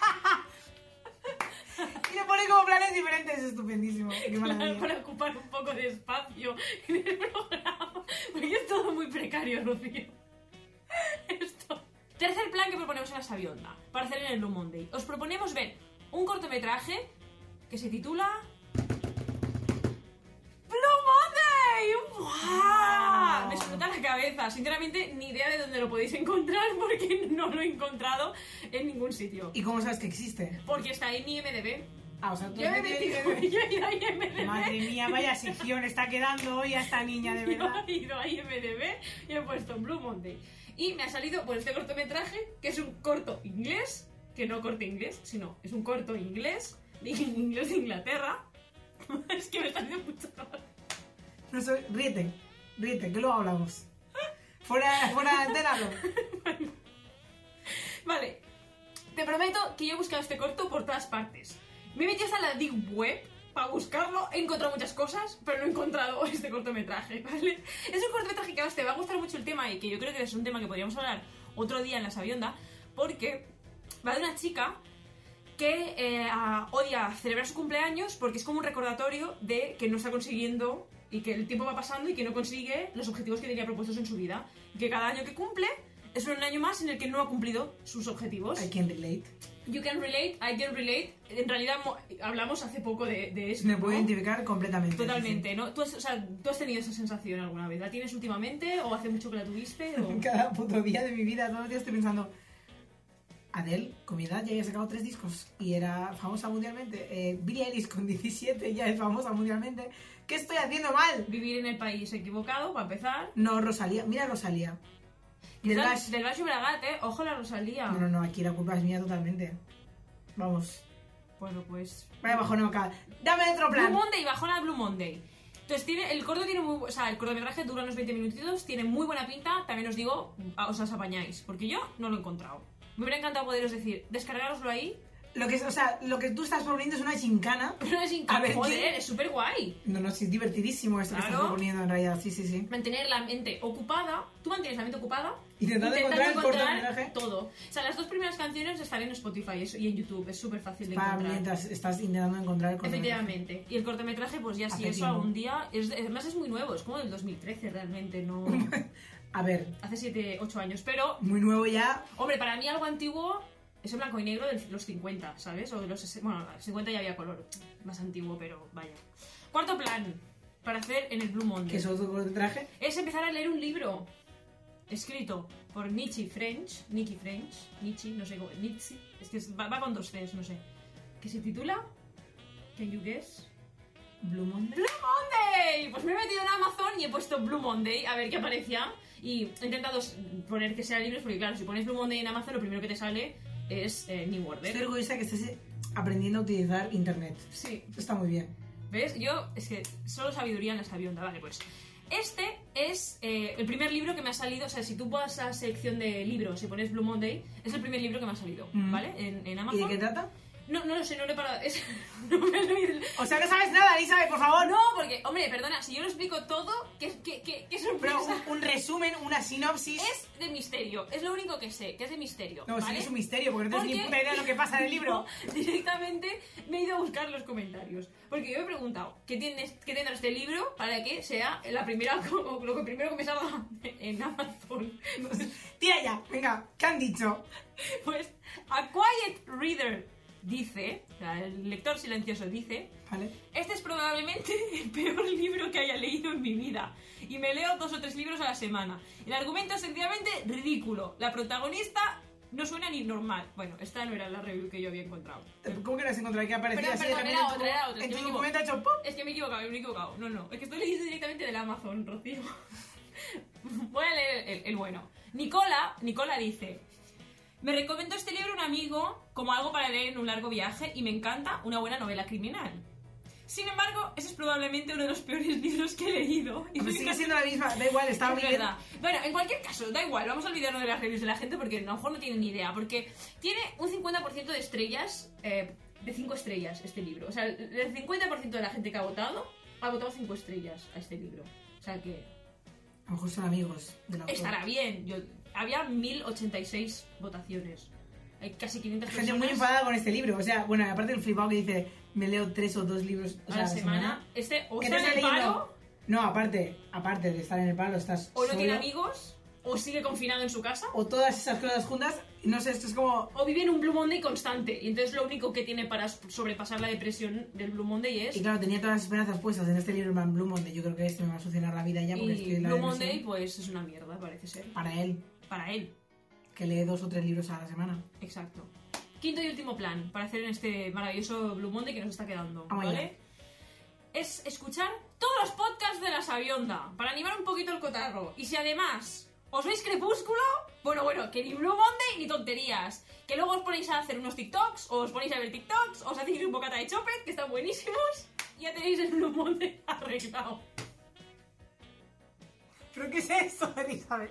Y le pone como planes diferentes, es estupendísimo. Qué maravilla. Para ocupar un poco de espacio en el programa. Porque es todo muy precario, Rocío. Esto. Tercer plan que proponemos en la Sabionda para hacer en el Blue Monday. Os proponemos ver un cortometraje que se titula Blue Monday. ¡Wow! Me explota la cabeza. Sinceramente, ni idea de dónde lo podéis encontrar porque no lo he encontrado en ningún sitio. ¿Y cómo sabes que existe? Porque está en IMDb. Ah, o sea, tú Yo me he metido, yo he ido a IMDb. Madre mía, vaya sección está quedando hoy a esta niña, de verdad. Yo he ido a IMDb y he puesto Blue Monday. Y me ha salido pues este cortometraje, que es un corto inglés, que no corto inglés, sino es un corto inglés, inglés de Inglaterra. Es que me está haciendo mucho trabajo. No soy... Ríete, que luego hablamos. Fuera de antena, no. Vale, te prometo que yo he buscado este corto por todas partes. Me he metido hasta la Deep Web para buscarlo, he encontrado muchas cosas, pero no he encontrado este cortometraje, ¿vale? Es un cortometraje que a vos te va a gustar mucho el tema y que yo creo que es un tema que podríamos hablar otro día en la Sabionda, porque va de una chica que odia celebrar su cumpleaños porque es como un recordatorio de que no está consiguiendo y que el tiempo va pasando y que no consigue los objetivos que tenía propuestos en su vida. Y que cada año que cumple es un año más en el que no ha cumplido sus objetivos. I can relate. You can relate, I can relate. En realidad hablamos hace poco de esto. Me puedo ¿no? identificar completamente. Totalmente, Sí. ¿no? ¿Tú has tenido esa sensación alguna vez? ¿La tienes últimamente o hace mucho que la tuviste? O... Cada puto día de mi vida, todos los días estoy pensando... Adele, con mi edad, ya había sacado 3 discos y era famosa mundialmente. Billie Eilish con 17 ya es famosa mundialmente. ¿Qué estoy haciendo mal? Vivir en el país equivocado, para empezar. No, Rosalía. Mira Rosalía. Del Baix. Del Baix Llobregat, ¿eh? Ojo la Rosalía. No, aquí la culpa es mía totalmente. Vamos. Bueno, pues... Vaya bajón, acá. ¡Dame otro plan! Blue Monday, bajona Blue Monday. Entonces, el cortometraje dura unos 20 minutitos, tiene muy buena pinta, también os digo, os las apañáis, porque yo no lo he encontrado. Me hubiera encantado poderos decir, descargaroslo ahí. Lo que tú estás proponiendo es una gincana. Pero es increíble, joder, es súper guay. No, sí, es divertidísimo esto que estás proponiendo en realidad, sí. Mantener la mente ocupada, tú mantienes la mente ocupada intentando encontrar el cortometraje. Todo. O sea, las 2 primeras canciones están en Spotify y en YouTube, es súper fácil de encontrar. Mientras estás intentando encontrar el cortometraje. Efectivamente. Y el cortometraje, pues ya si eso algún día... Además es muy nuevo, es como del 2013 realmente, no... A ver. Hace 7, 8 años, pero... Muy nuevo ya. Hombre, para mí algo antiguo es en blanco y negro de los 50, ¿sabes? O de los 60... Bueno, los 50 ya había color, más antiguo, pero vaya. Cuarto plan para hacer en el Blue Monday. ¿Qué es otro cortometraje? Es empezar a leer un libro escrito por Nicky French, no sé cómo... Nietzsche, es que va con 2 Cs, no sé. Que se titula... Can you guess? Blue Monday. ¡Blue Monday! Pues me he metido en Amazon y he puesto Blue Monday a ver qué aparecía. Y he intentado poner que sea libros porque, claro, si pones Blue Monday en Amazon, lo primero que te sale es New Order. Estoy orgullosa que estés aprendiendo a utilizar internet. Sí. Esto está muy bien. ¿Ves? Es que solo sabiduría en la sabionda. Vale, pues este es el primer libro que me ha salido. O sea, si tú vas a la sección de libros y pones Blue Monday, es el primer libro que me ha salido, ¿vale? En Amazon. ¿Y de qué trata? No lo sé, no lo he parado. No me lo he... O sea, no sabes nada, Elizabeth, por favor. No, porque, hombre, perdona, si yo lo explico todo, ¿qué sorpresa? Pero un resumen, una sinopsis. Es de misterio, es lo único que sé, que es de misterio. No, ¿vale? sí es un misterio, porque no tienes ni puta idea de lo que pasa en el libro. No, directamente me he ido a buscar los comentarios. Porque yo me he preguntado, ¿qué tendrá este libro para que sea lo primero que me salga en Amazon? Tira ya, venga, ¿qué han dicho? Pues, A Quiet Reader dice, o sea, el lector silencioso dice, ¿vale? Este es probablemente el peor libro que haya leído en mi vida. Y me leo 2 o 3 libros a la semana. El argumento es sencillamente ridículo. La protagonista no suena ni normal. Bueno, esta no era la review que yo había encontrado. ¿Cómo que no has encontrado? ¿Qué aparecía así de repente era otra. en tu documento ha hecho ¡pum! Es que me he equivocado. No. Es que estoy leyendo directamente del Amazon, Rocío. Voy a leer el bueno. Nicola dice... Me recomendó este libro un amigo como algo para leer en un largo viaje y me encanta una buena novela criminal. Sin embargo, ese es probablemente uno de los peores libros que he leído. Y pues sigue siendo la misma, da igual, está muy bien. Bueno, en cualquier caso, da igual, vamos a olvidarnos de las reviews de la gente porque a lo mejor no tienen ni idea. Porque tiene un 50% de estrellas, de 5 estrellas este libro. O sea, el 50% de la gente que ha votado 5 estrellas a este libro. O sea que... A lo mejor son amigos del autor. Estará bien, había 1086 votaciones. Hay casi 500 gente personas. muy enfadada con este libro. O sea, bueno, aparte del flipado que dice, me leo 3 o 2 libros a la semana. O está en el paro. No, aparte de estar en el paro, estás o no solo, tiene amigos, o sigue confinado en su casa. O todas esas cosas juntas. No sé, esto es como... O vive en un Blue Monday constante. Y entonces lo único que tiene para sobrepasar la depresión del Blue Monday es... Y claro, tenía todas las esperanzas puestas en este libro en Blue Monday. Yo creo que este me va a solucionar la vida ya. Porque y Blue Monday, pues es una mierda, parece ser. Para él. Que lee 2 o 3 libros a la semana. Exacto. Quinto y último plan para hacer en este maravilloso Blue Monday que nos está quedando, ¿vale? Es escuchar todos los podcasts de la Sabionda para animar un poquito el cotarro. Y si además os veis Crepúsculo, bueno, que ni Blue Monday ni tonterías. Que luego os ponéis a hacer unos TikToks, o os ponéis a ver TikToks, os hacéis un bocata de chopet, que están buenísimos, y ya tenéis el Blue Monday arreglado. ¿Pero qué es eso, Elizabeth?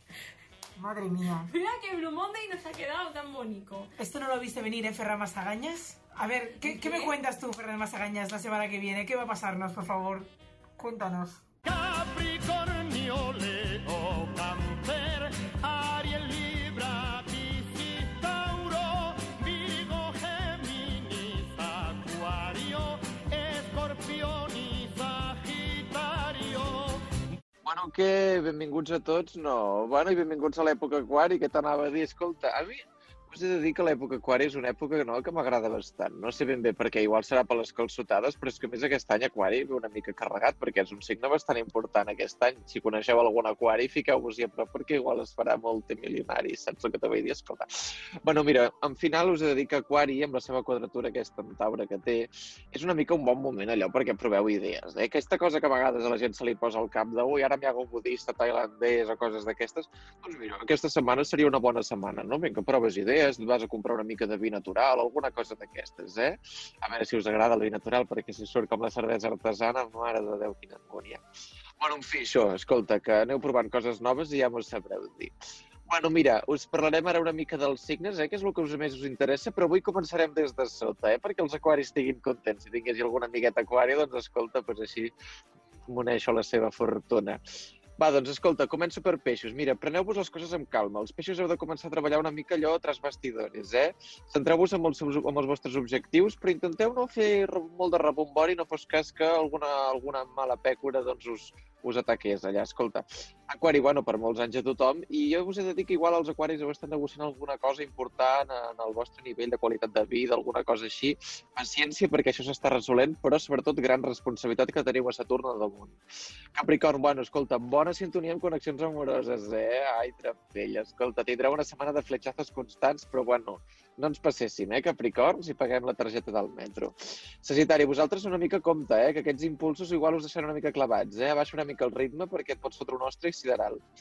Madre mía. Mira que Blue Monday nos ha quedado tan bonito. ¿Esto no lo viste venir, Ferran Masagañas? A ver, ¿qué me cuentas tú, Ferran Masagañas, la semana que viene? ¿Qué va a pasarnos, por favor? Cuéntanos. Capricornio, Leo, Cáncer, Ariel, Libra, Piscis, Tauro, Virgo, Géminis, Acuario, Escorpión i Sagitario. Bueno, que benvinguts a tots, no. Bueno, i benvinguts a l'època Aquari, que t'anava a dir, escolta, a mi us he de dir que l'època Aquari és una època que m'agrada bastant. No sé ben bé per què, igual serà per les calçotades, però és que a més aquest any Aquari ve una mica carregat, perquè és un signe bastant important aquest any. Si coneixeu algun Aquari, fiqueu-vos-hi a prop, perquè igual es farà multimilionari, saps el que te vull dir? Escolta. Bueno, mira, en final us he de dir que Aquari, amb la seva quadratura aquesta amb Taure que té, és una mica un bon moment allò perquè proveu idees. Aquesta cosa que a vegades a la gent se li posa al cap de ui, ara m'hi hago un budista tailandès o coses d'aquestes, doncs mira, aquesta setmana seria una bona setmana, no? Vinga, proves idees, et vas a comprar una mica de vi natural, alguna cosa d'aquestes, A veure si us agrada el vi natural, perquè si surt com la cervesa artesana, mare de Déu, quina angúnia. Bueno, en fi, això, escolta, que aneu provant coses noves i ja m'ho sabreu dir. Bueno, mira, us parlarem ara una mica dels signes, que és el que més us interessa, però avui començarem des de sota, perquè els aquaris estiguin contents. Si tingués alguna amigueta aquari, doncs escolta, doncs així m'uneixo la seva fortuna. Va, doncs escolta, començo per peixos. Mira, preneu-vos les coses amb calma. Els peixos heu de començar a treballar una mica allò tras bastidores, Centreu-vos en els vostres objectius, però intenteu no fer molt de rebombori, no fos cas que alguna mala pècora doncs us ataqués allà. Escolta, Aquari, bueno, per molts anys a tothom, i jo us he de dir que igual els aquaris heu estat negociant alguna cosa important en el vostre nivell de qualitat de vida, alguna cosa així. Paciència, perquè això s'està resolent, però sobretot gran responsabilitat que teniu a Saturn al damunt. Capricorn, bueno, escolta, bona sintonia amb connexions amoroses, Ai, trapella, escolta, tindreu una setmana de fletxazos constants, però bueno, no ens passessin, Capricorn, si paguem la targeta del metro. Sagitari, vosaltres una mica compte, que aquests impulsos igual us deixaran una mica clavats, Abaixa una mica el ritme perquè et pots fotre un ostre i sideral.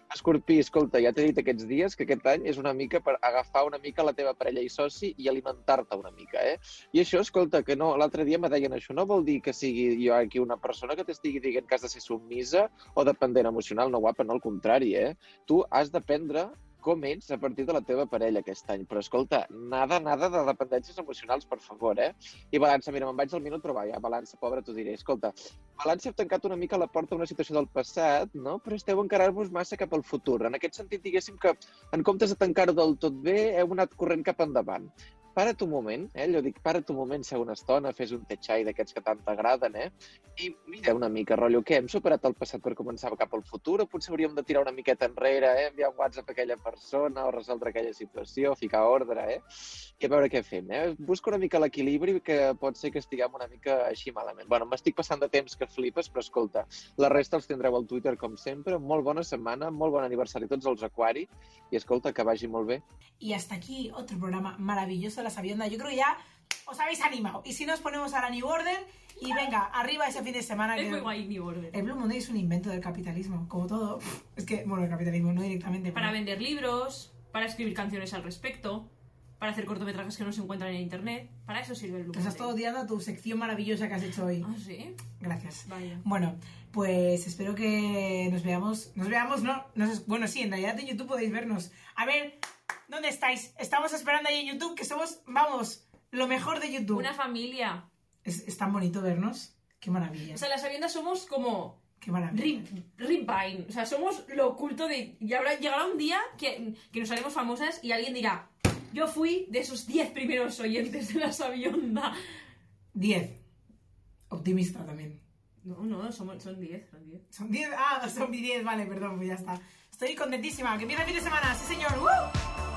Escorpí, escolta, ja t'he dit aquests dies que aquest any és una mica per agafar una mica la teva parella i soci i alimentar-te una mica, eh? I això, escolta, que no, l'altre dia me deien això, no vol dir que sigui jo aquí una persona que t'estigui dient que has de ser submisa o dependent emocional, no, guapa, no, al contrari, eh? Tu has d'aprendre com ets a partir de la teva parella aquest any. Però, escolta, nada de dependències emocionals, per favor, eh? I Balança, mira, me'n vaig al minut, però va, ja, Balança, pobra, t'ho diré. Escolta, Balança, heu tancat una mica la porta a una situació del passat, no? Però esteu encarar-vos massa cap al futur. En aquest sentit, diguéssim que, en comptes de tancar-ho del tot bé, heu anat corrent cap endavant. Para't un moment, allò dic, para't un moment, seu una estona, fes un te-chai d'aquests que tant t'agraden, i mira una mica, rotllo, què, hem superat el passat per començar cap al futur, o potser hauríem de tirar una miqueta enrere, enviar un WhatsApp a aquella persona, o resoldre aquella situació, ficar ordre, i a veure què fem, Busca una mica l'equilibri, que pot ser que estiguem una mica així malament. Bueno, m'estic passant de temps que flipes, però escolta, la resta els tindreu al Twitter, com sempre, molt bona setmana, molt bon aniversari a tots els Aquari, i escolta, que vagi molt bé. Y hasta aquí otro programa maravilloso de La Sabionda. Yo creo que ya os habéis animado. Y si nos ponemos a la New Order y venga, arriba ese fin de semana. Es muy guay New Order. El Blue Monday es un invento del capitalismo, como todo. Es que, bueno, el capitalismo no directamente. Para vender libros, para escribir canciones al respecto, para hacer cortometrajes que no se encuentran en internet. Para eso sirve el Blue Monday. Te estás todo odiando a tu sección maravillosa que has hecho hoy. ¿Ah, sí? Gracias. Vaya. Bueno, pues espero que nos veamos. Bueno, sí, en realidad en YouTube podéis vernos. A ver, ¿dónde estáis? Estamos esperando ahí en YouTube, que somos, vamos, lo mejor de YouTube. Una familia. Es tan bonito vernos. Qué maravilla. O sea, Las Sabiondas somos como... Qué maravilla. Ripine. O sea, somos lo oculto de... Y llegará un día que nos haremos famosas y alguien dirá, yo fui de esos 10 primeros oyentes de La Sabionda. 10. Optimista también. No, son 10. Son 10, son 10, vale, perdón, pues ya está. Estoy contentísima, que empieza el fin de semana, sí señor. ¡Uh!